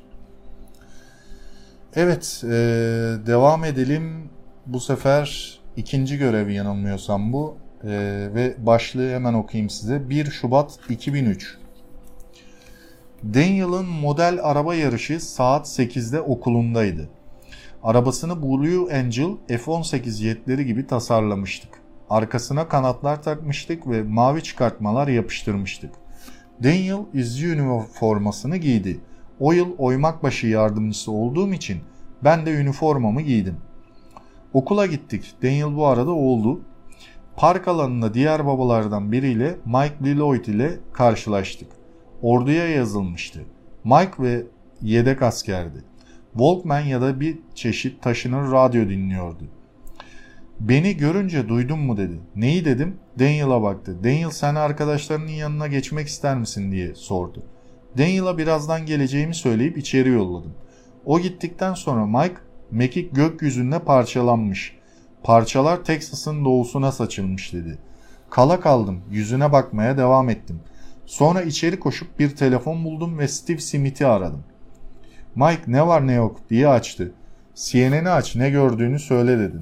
Evet, devam edelim. Bu sefer ikinci görev yanılmıyorsam bu. Ve başlığı hemen okuyayım size. 1 Şubat 2003. Daniel'ın model araba yarışı saat 8'de okulundaydı. Arabasını Blue Angel F-18 jetleri gibi tasarlamıştık. Arkasına kanatlar takmıştık ve mavi çıkartmalar yapıştırmıştık. Daniel izci üniformasını giydi. O yıl oymakbaşı yardımcısı olduğum için ben de üniformamı giydim. Okula gittik. Daniel bu arada oğlu. Park alanında diğer babalardan biriyle Mike Lloyd ile karşılaştık. Orduya yazılmıştı. Mike ve yedek askerdi. Walkman ya da bir çeşit taşınır radyo dinliyordu. Beni görünce duydun mu dedi. Neyi dedim? Daniel'a baktı. Daniel sen arkadaşlarının yanına geçmek ister misin diye sordu. Daniel'a birazdan geleceğimi söyleyip içeri yolladım. O gittikten sonra Mike, mekik gökyüzünde parçalanmış. Parçalar Texas'ın doğusuna saçılmış dedi. Kala kaldım. Yüzüne bakmaya devam ettim. Sonra içeri koşup bir telefon buldum ve Steve Smith'i aradım. Mike ne var ne yok diye açtı. CNN'i aç, ne gördüğünü söyle dedim.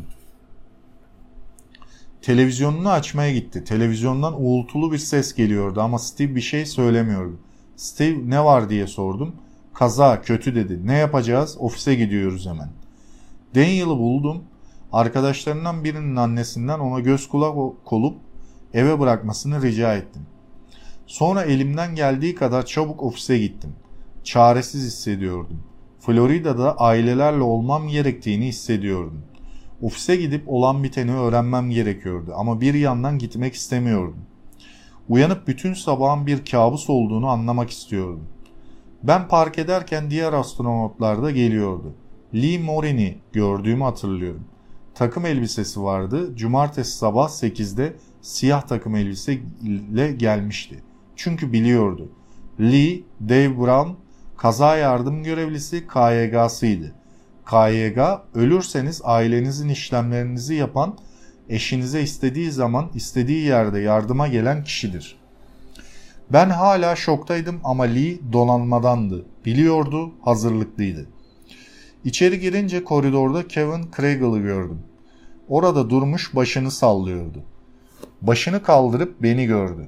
Televizyonunu açmaya gitti. Televizyondan uğultulu bir ses geliyordu ama Steve bir şey söylemiyordu. Steve ne var diye sordum. Kaza, kötü dedi. Ne yapacağız? Ofise gidiyoruz hemen. Daniel'ı buldum. Arkadaşlarından birinin annesinden ona göz kulak olup eve bırakmasını rica ettim. Sonra elimden geldiği kadar çabuk ofise gittim. Çaresiz hissediyordum. Florida'da ailelerle olmam gerektiğini hissediyordum. Ofise gidip olan biteni öğrenmem gerekiyordu ama bir yandan gitmek istemiyordum. Uyanıp bütün sabahın bir kabus olduğunu anlamak istiyordum. Ben park ederken diğer astronotlar da geliyordu. Lee Morin'i gördüğümü hatırlıyorum. Takım elbisesi vardı. Cumartesi sabah 8'de siyah takım elbiseyle gelmişti. Çünkü biliyordu. Lee, Dave Brown, kaza yardım görevlisi KYG'sıydı. KYG, ölürseniz ailenizin işlemlerinizi yapan, eşinize istediği zaman istediği yerde yardıma gelen kişidir. Ben hala şoktaydım ama Lee donanmadandı. Biliyordu, hazırlıklıydı. İçeri girince koridorda Kevin Kragel'ı gördüm. Orada durmuş başını sallıyordu. Başını kaldırıp beni gördü.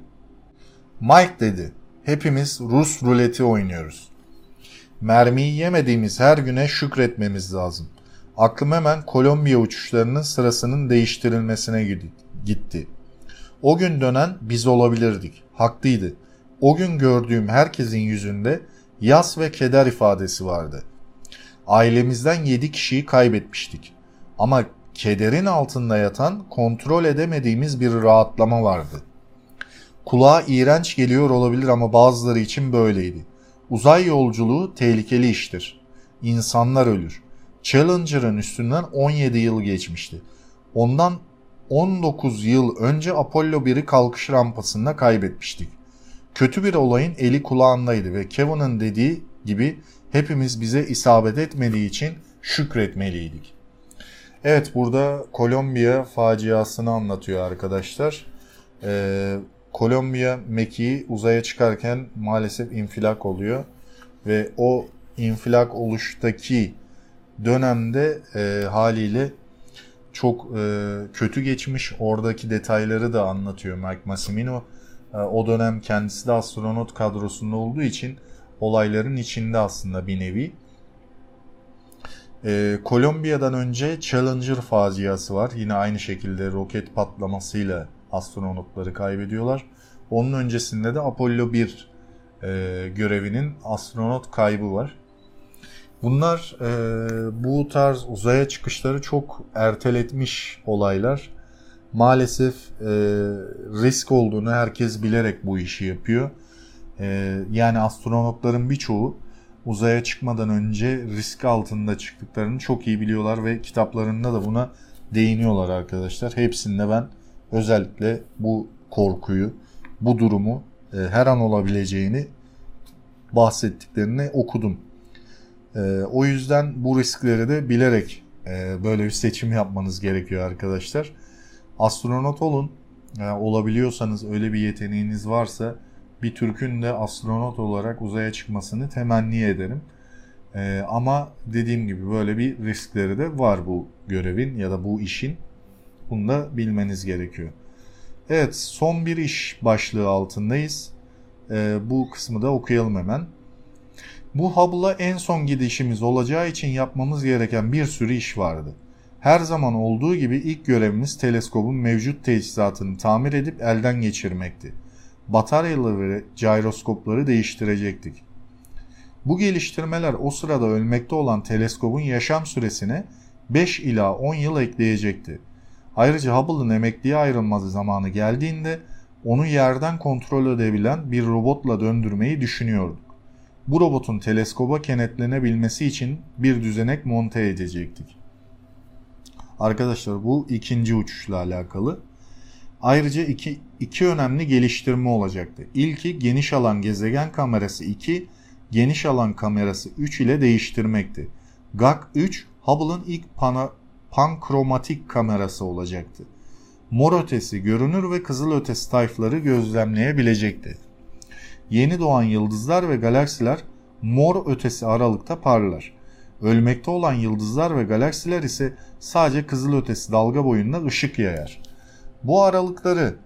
Mike dedi, hepimiz Rus ruleti oynuyoruz. Mermiyi yemediğimiz her güne şükretmemiz lazım. Aklım hemen Kolombiya uçuşlarının sırasının değiştirilmesine gitti. O gün dönen biz olabilirdik. Haklıydı. O gün gördüğüm herkesin yüzünde yas ve keder ifadesi vardı. Ailemizden 7 kişiyi kaybetmiştik. Ama kederin altında yatan kontrol edemediğimiz bir rahatlama vardı. Kulağa iğrenç geliyor olabilir ama bazıları için böyleydi. Uzay yolculuğu tehlikeli iştir. İnsanlar ölür. Challenger'ın üstünden 17 yıl geçmişti. Ondan 19 yıl önce Apollo 1'i kalkış rampasında kaybetmiştik. Kötü bir olayın eli kulağındaydı ve Kevin'in dediği gibi hepimiz bize isabet etmediği için şükretmeliydik. Evet, burada Kolombiya faciasını anlatıyor arkadaşlar. Kolombiya mekiği uzaya çıkarken maalesef infilak oluyor ve o infilak oluştaki dönemde haliyle çok kötü geçmiş. Oradaki detayları da anlatıyor Mike Massimino. O dönem kendisi de astronot kadrosunda olduğu için olayların içinde aslında bir nevi. Kolombiya'dan önce Challenger faciası var. Yine aynı şekilde roket patlamasıyla astronotları kaybediyorlar. Onun öncesinde de Apollo 1 görevinin astronot kaybı var. Bunlar bu tarz uzaya çıkışları çok erteletmiş olaylar. Maalesef risk olduğunu herkes bilerek bu işi yapıyor. Yani astronotların birçoğu uzaya çıkmadan önce risk altında çıktıklarını çok iyi biliyorlar ve kitaplarında da buna değiniyorlar arkadaşlar. Hepsinde ben özellikle bu korkuyu, bu durumu her an olabileceğini bahsettiklerini okudum. O yüzden bu riskleri de bilerek böyle bir seçim yapmanız gerekiyor arkadaşlar. Astronot olun. Olabiliyorsanız, öyle bir yeteneğiniz varsa bir Türk'ün de astronot olarak uzaya çıkmasını temenni ederim. Ama dediğim gibi böyle bir riskleri de var bu görevin ya da bu işin. Bunu da bilmeniz gerekiyor. Evet, son bir iş başlığı altındayız. Bu kısmı da okuyalım hemen. Bu Hubble'a en son gidişimiz olacağı için yapmamız gereken bir sürü iş vardı. Her zaman olduğu gibi ilk görevimiz teleskobun mevcut teçhizatını tamir edip elden geçirmekti. Bataryaları ve gyroskopları değiştirecektik. Bu geliştirmeler o sırada ölmekte olan teleskobun yaşam süresine 5 ila 10 yıl ekleyecekti. Ayrıca Hubble'ın emekliye ayrılması zamanı geldiğinde onu yerden kontrol edebilen bir robotla döndürmeyi düşünüyorduk. Bu robotun teleskoba kenetlenebilmesi için bir düzenek monte edecektik. Arkadaşlar bu ikinci uçuşla alakalı. Ayrıca iki önemli geliştirme olacaktı. İlki geniş alan gezegen kamerası 2, geniş alan kamerası 3 ile değiştirmekti. GAK-3 Hubble'ın ilk pankromatik kamerası olacaktı. Mor ötesi görünür ve kızıl ötesi tayfları gözlemleyebilecekti. Yeni doğan yıldızlar ve galaksiler mor ötesi aralıkta parlar. Ölmekte olan yıldızlar ve galaksiler ise sadece kızıl ötesi dalga boyunda ışık yayar. Bu aralıkları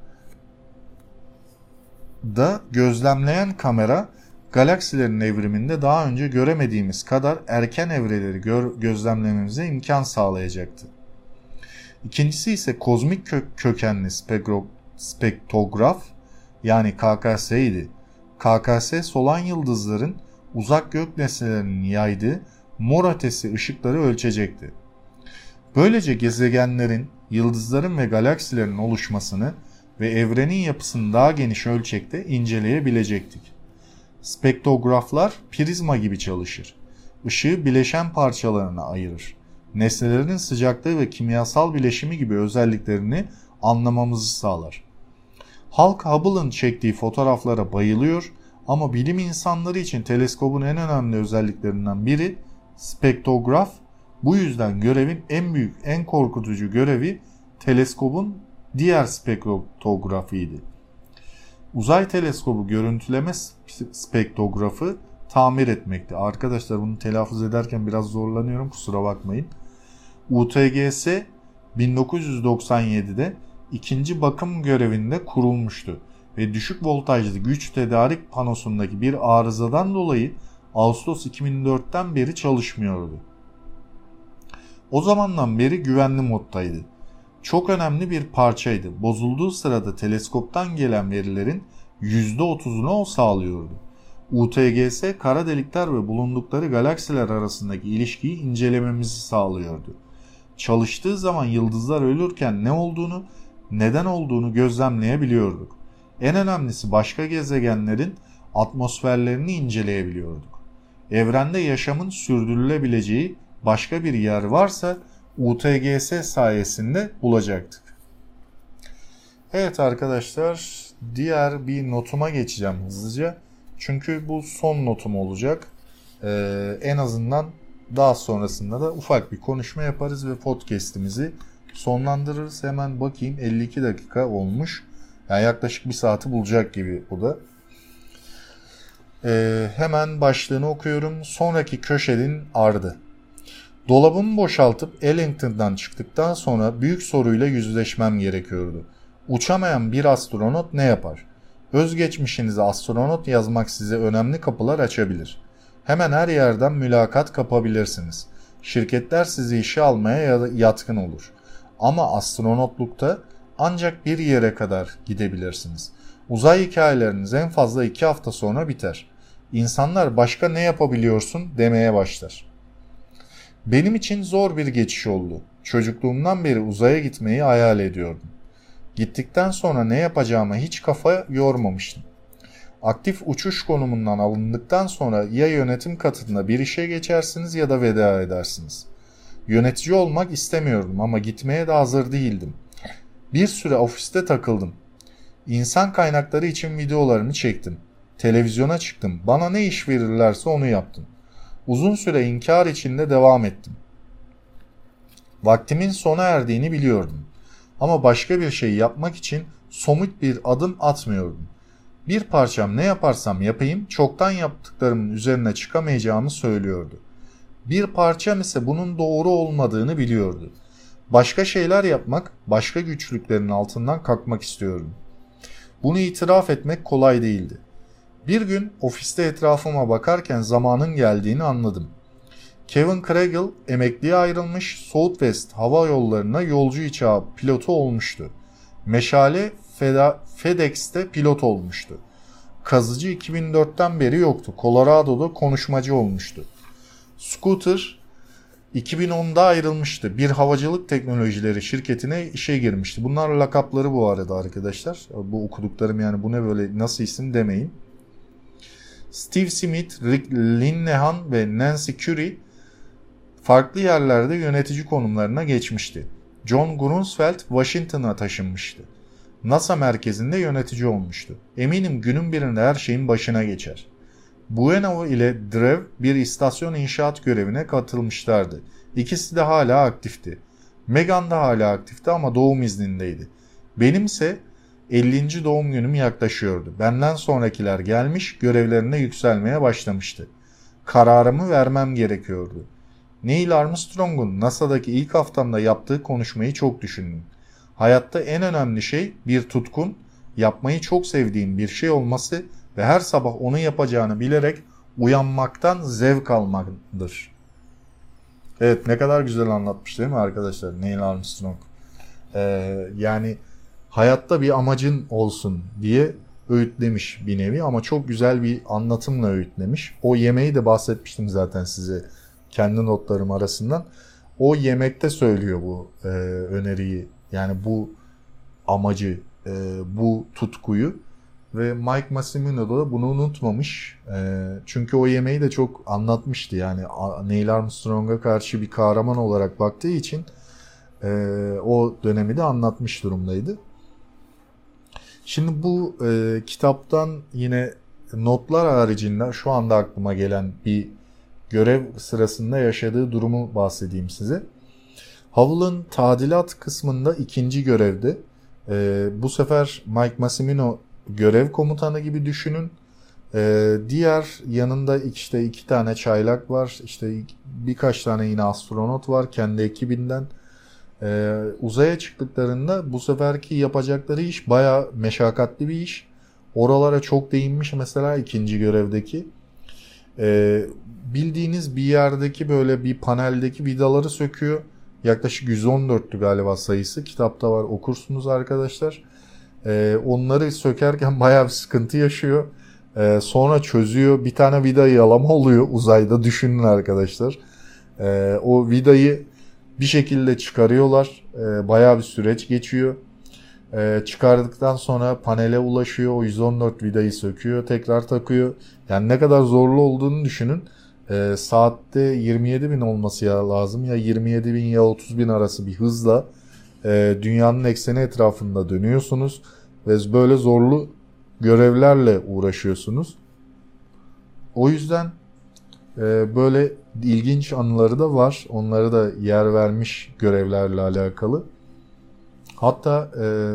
da gözlemleyen kamera galaksilerin evriminde daha önce göremediğimiz kadar erken evreleri gözlemlememize imkan sağlayacaktı. İkincisi ise kozmik kökenli spektrograf yani KKS idi. KKS solan yıldızların uzak gök nesnelerinin yaydığı mor ötesi ışıkları ölçecekti. Böylece gezegenlerin, yıldızların ve galaksilerin oluşmasını ve evrenin yapısını daha geniş ölçekte inceleyebilecektik. Spektrograflar prizma gibi çalışır. Işığı bileşen parçalarına ayırır. Nesnelerin sıcaklığı ve kimyasal bileşimi gibi özelliklerini anlamamızı sağlar. Halk Hubble'ın çektiği fotoğraflara bayılıyor ama bilim insanları için teleskobun en önemli özelliklerinden biri spektrograf. Bu yüzden görevin en büyük, en korkutucu görevi teleskobun diğer spektrografiydi. Uzay teleskobu görüntüleme spektrografı tamir etmekti. Arkadaşlar bunu telaffuz ederken biraz zorlanıyorum, kusura bakmayın. UTGS 1997'de ikinci bakım görevinde kurulmuştu ve düşük voltajlı güç tedarik panosundaki bir arızadan dolayı Ağustos 2004'ten beri çalışmıyordu. O zamandan beri güvenli moddaydı. Çok önemli bir parçaydı. Bozulduğu sırada teleskoptan gelen verilerin %30'unu o sağlıyordu. UTGS kara delikler ve bulundukları galaksiler arasındaki ilişkiyi incelememizi sağlıyordu. Çalıştığı zaman yıldızlar ölürken ne olduğunu, neden olduğunu gözlemleyebiliyorduk. En önemlisi başka gezegenlerin atmosferlerini inceleyebiliyorduk. Evrende yaşamın sürdürülebileceği başka bir yer varsa UTGS sayesinde bulacaktık. Evet arkadaşlar, diğer bir notuma geçeceğim hızlıca. Çünkü bu son notum olacak. En azından daha sonrasında da ufak bir konuşma yaparız ve podcast'imizi sonlandırırız. Hemen bakayım, 52 dakika olmuş. Yani yaklaşık bir saati bulacak gibi bu da. Hemen başlığını okuyorum. Sonraki köşenin ardı. Dolabımı boşaltıp Ellington'dan çıktıktan sonra büyük soruyla yüzleşmem gerekiyordu. Uçamayan bir astronot ne yapar? Özgeçmişinize astronot yazmak size önemli kapılar açabilir. Hemen her yerden mülakat kapabilirsiniz. Şirketler sizi işe almaya yatkın olur. Ama astronotlukta ancak bir yere kadar gidebilirsiniz. Uzay hikayeleriniz en fazla 2 hafta sonra biter. İnsanlar başka ne yapabiliyorsun demeye başlar. Benim için zor bir geçiş oldu. Çocukluğumdan beri uzaya gitmeyi hayal ediyordum. Gittikten sonra ne yapacağıma hiç kafa yormamıştım. Aktif uçuş konumundan alındıktan sonra ya yönetim katında bir işe geçersiniz ya da veda edersiniz. Yönetici olmak istemiyordum ama gitmeye de hazır değildim. Bir süre ofiste takıldım. İnsan kaynakları için videolarımı çektim. Televizyona çıktım. Bana ne iş verirlerse onu yaptım. Uzun süre inkar içinde devam ettim. Vaktimin sona erdiğini biliyordum. Ama başka bir şey yapmak için somut bir adım atmıyordum. Bir parçam ne yaparsam yapayım çoktan yaptıklarımın üzerine çıkamayacağımı söylüyordu. Bir parçam ise bunun doğru olmadığını biliyordu. Başka şeyler yapmak, başka güçlüklerin altından kalkmak istiyordum. Bunu itiraf etmek kolay değildi. Bir gün ofiste etrafıma bakarken zamanın geldiğini anladım. Kevin Kregel emekliye ayrılmış, Southwest hava yollarına yolcu uçağı pilotu olmuştu. Meşale FedEx'te pilot olmuştu. Kazıcı 2004'ten beri yoktu. Colorado'da konuşmacı olmuştu. Scooter 2010'da ayrılmıştı. Bir havacılık teknolojileri şirketine işe girmişti. Bunlar lakapları bu arada arkadaşlar. Bu okuduklarım yani bu ne böyle nasıl isim demeyin. Steve Smith, Rick Linehan ve Nancy Curie farklı yerlerde yönetici konumlarına geçmişti. John Grunsfeld Washington'a taşınmıştı. NASA merkezinde yönetici olmuştu. Eminim günün birinde her şeyin başına geçer. Bueno ile Drew bir istasyon inşaat görevine katılmışlardı. İkisi de hala aktifti. Megan da hala aktifti ama doğum iznindeydi. Benimse 50. doğum günüm yaklaşıyordu. Benden sonrakiler gelmiş, görevlerine yükselmeye başlamıştı. Kararımı vermem gerekiyordu. Neil Armstrong'un NASA'daki ilk haftamda yaptığı konuşmayı çok düşündüm. Hayatta en önemli şey bir tutkun, yapmayı çok sevdiğim bir şey olması ve her sabah onu yapacağını bilerek uyanmaktan zevk almaktır. Evet, ne kadar güzel anlatmış değil mi arkadaşlar Neil Armstrong? Yani hayatta bir amacın olsun diye öğütlemiş bir nevi ama çok güzel bir anlatımla öğütlemiş. O yemeği de bahsetmiştim zaten size kendi notlarım arasından. O yemekte söylüyor bu öneriyi. Yani bu amacı, bu tutkuyu ve Mike Massimino da bunu unutmamış. Çünkü o yemeği de çok anlatmıştı. Yani Neil Armstrong'a karşı bir kahraman olarak baktığı için o dönemi de anlatmış durumdaydı. Şimdi bu kitaptan yine notlar haricinde şu anda aklıma gelen bir görev sırasında yaşadığı durumu bahsedeyim size. Hubble'ın tadilat kısmında ikinci görevde. Bu sefer Mike Massimino görev komutanı gibi düşünün. Diğer yanında işte 2 tane çaylak var. İşte birkaç tane yine astronot var kendi ekibinden. Uzaya çıktıklarında bu seferki yapacakları iş bayağı meşakkatli bir iş. Oralara çok değinmiş mesela ikinci görevdeki. Bildiğiniz bir yerdeki böyle bir paneldeki vidaları söküyor. Yaklaşık 114'tü galiba sayısı. Kitapta var, okursunuz arkadaşlar. Onları sökerken bayağı bir sıkıntı yaşıyor. Sonra çözüyor. Bir tane vida yalama oluyor uzayda, düşünün arkadaşlar. O vidayı bir şekilde çıkarıyorlar. Bayağı bir süreç geçiyor. Çıkardıktan sonra panele ulaşıyor. O 114 vidayı söküyor. Tekrar takıyor. Yani ne kadar zorlu olduğunu düşünün. Saatte 27.000 olması ya lazım. Ya 27.000 ya 30.000 arası bir hızla dünyanın ekseni etrafında dönüyorsunuz. Ve böyle zorlu görevlerle uğraşıyorsunuz. O yüzden böyle ilginç anıları da var. Onları da yer vermiş görevlerle alakalı. Hatta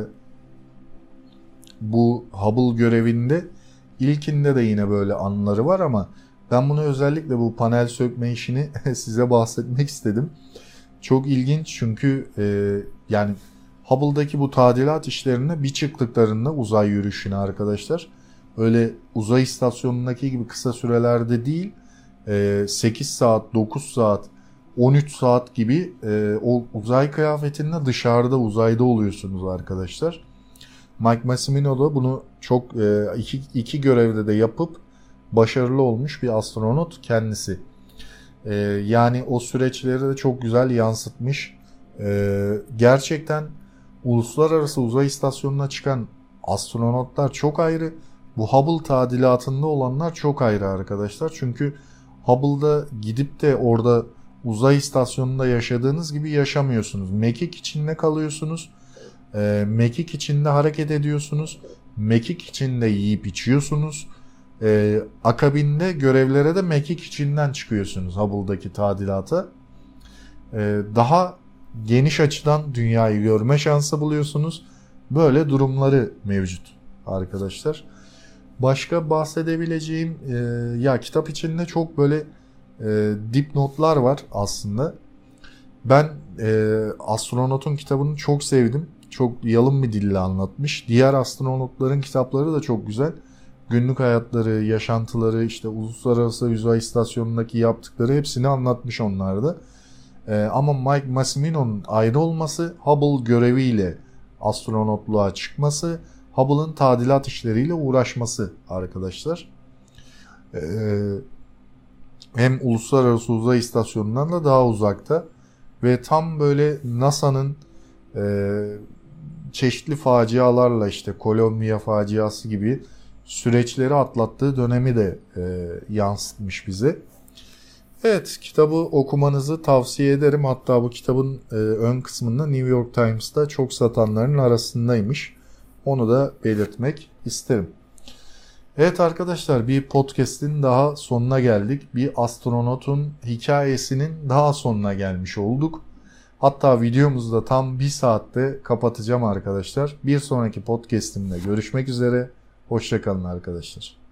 bu Hubble görevinde ilkinde de yine böyle anıları var ama ben bunu özellikle bu panel sökme işini size bahsetmek istedim. Çok ilginç çünkü yani Hubble'daki bu tadilat işlerine bir çıktıklarında uzay yürüyüşüne arkadaşlar, öyle uzay istasyonundaki gibi kısa sürelerde değil, 8 saat, 9 saat, 13 saat gibi o uzay kıyafetinde dışarıda uzayda oluyorsunuz arkadaşlar. Mike Massimino da bunu çok iki görevde de yapıp başarılı olmuş bir astronot kendisi. Yani o süreçleri de çok güzel yansıtmış. Gerçekten uluslararası uzay istasyonuna çıkan astronotlar çok ayrı. Bu Hubble tadilatında olanlar çok ayrı arkadaşlar. Çünkü Hubble'da gidip de orada uzay istasyonunda yaşadığınız gibi yaşamıyorsunuz. Mekik içinde kalıyorsunuz. Mekik içinde hareket ediyorsunuz. Mekik içinde yiyip içiyorsunuz. Akabinde görevlere de mekik içinden çıkıyorsunuz Hubble'daki tadilata. Daha geniş açıdan dünyayı görme şansı buluyorsunuz. Böyle durumları mevcut arkadaşlar. Başka bahsedebileceğim ya kitap içinde çok böyle dipnotlar var aslında. Ben astronotun kitabını çok sevdim. Çok yalın bir dille anlatmış. Diğer astronotların kitapları da çok güzel. Günlük hayatları, yaşantıları, işte uluslararası uzay istasyonundaki yaptıkları hepsini anlatmış onlar da. Ama Mike Massimino'nun ayrı olması, Hubble göreviyle astronotluğa çıkması, Hubble'ın tadilat işleriyle uğraşması arkadaşlar. Hem uluslararası uzay istasyonundan da daha uzakta ve tam böyle NASA'nın çeşitli facialarla, işte Kolombiya faciası gibi süreçleri atlattığı dönemi de yansıtmış bize. Evet, kitabı okumanızı tavsiye ederim. Hatta bu kitabın ön kısmında New York Times'ta çok satanların arasındaymış. Onu da belirtmek isterim. Evet arkadaşlar, bir podcast'in daha sonuna geldik. Bir astronotun hikayesinin daha sonuna gelmiş olduk. Hatta videomuzu da tam 1 saatte kapatacağım arkadaşlar. Bir sonraki podcast'imde görüşmek üzere. Hoşça kalın arkadaşlar.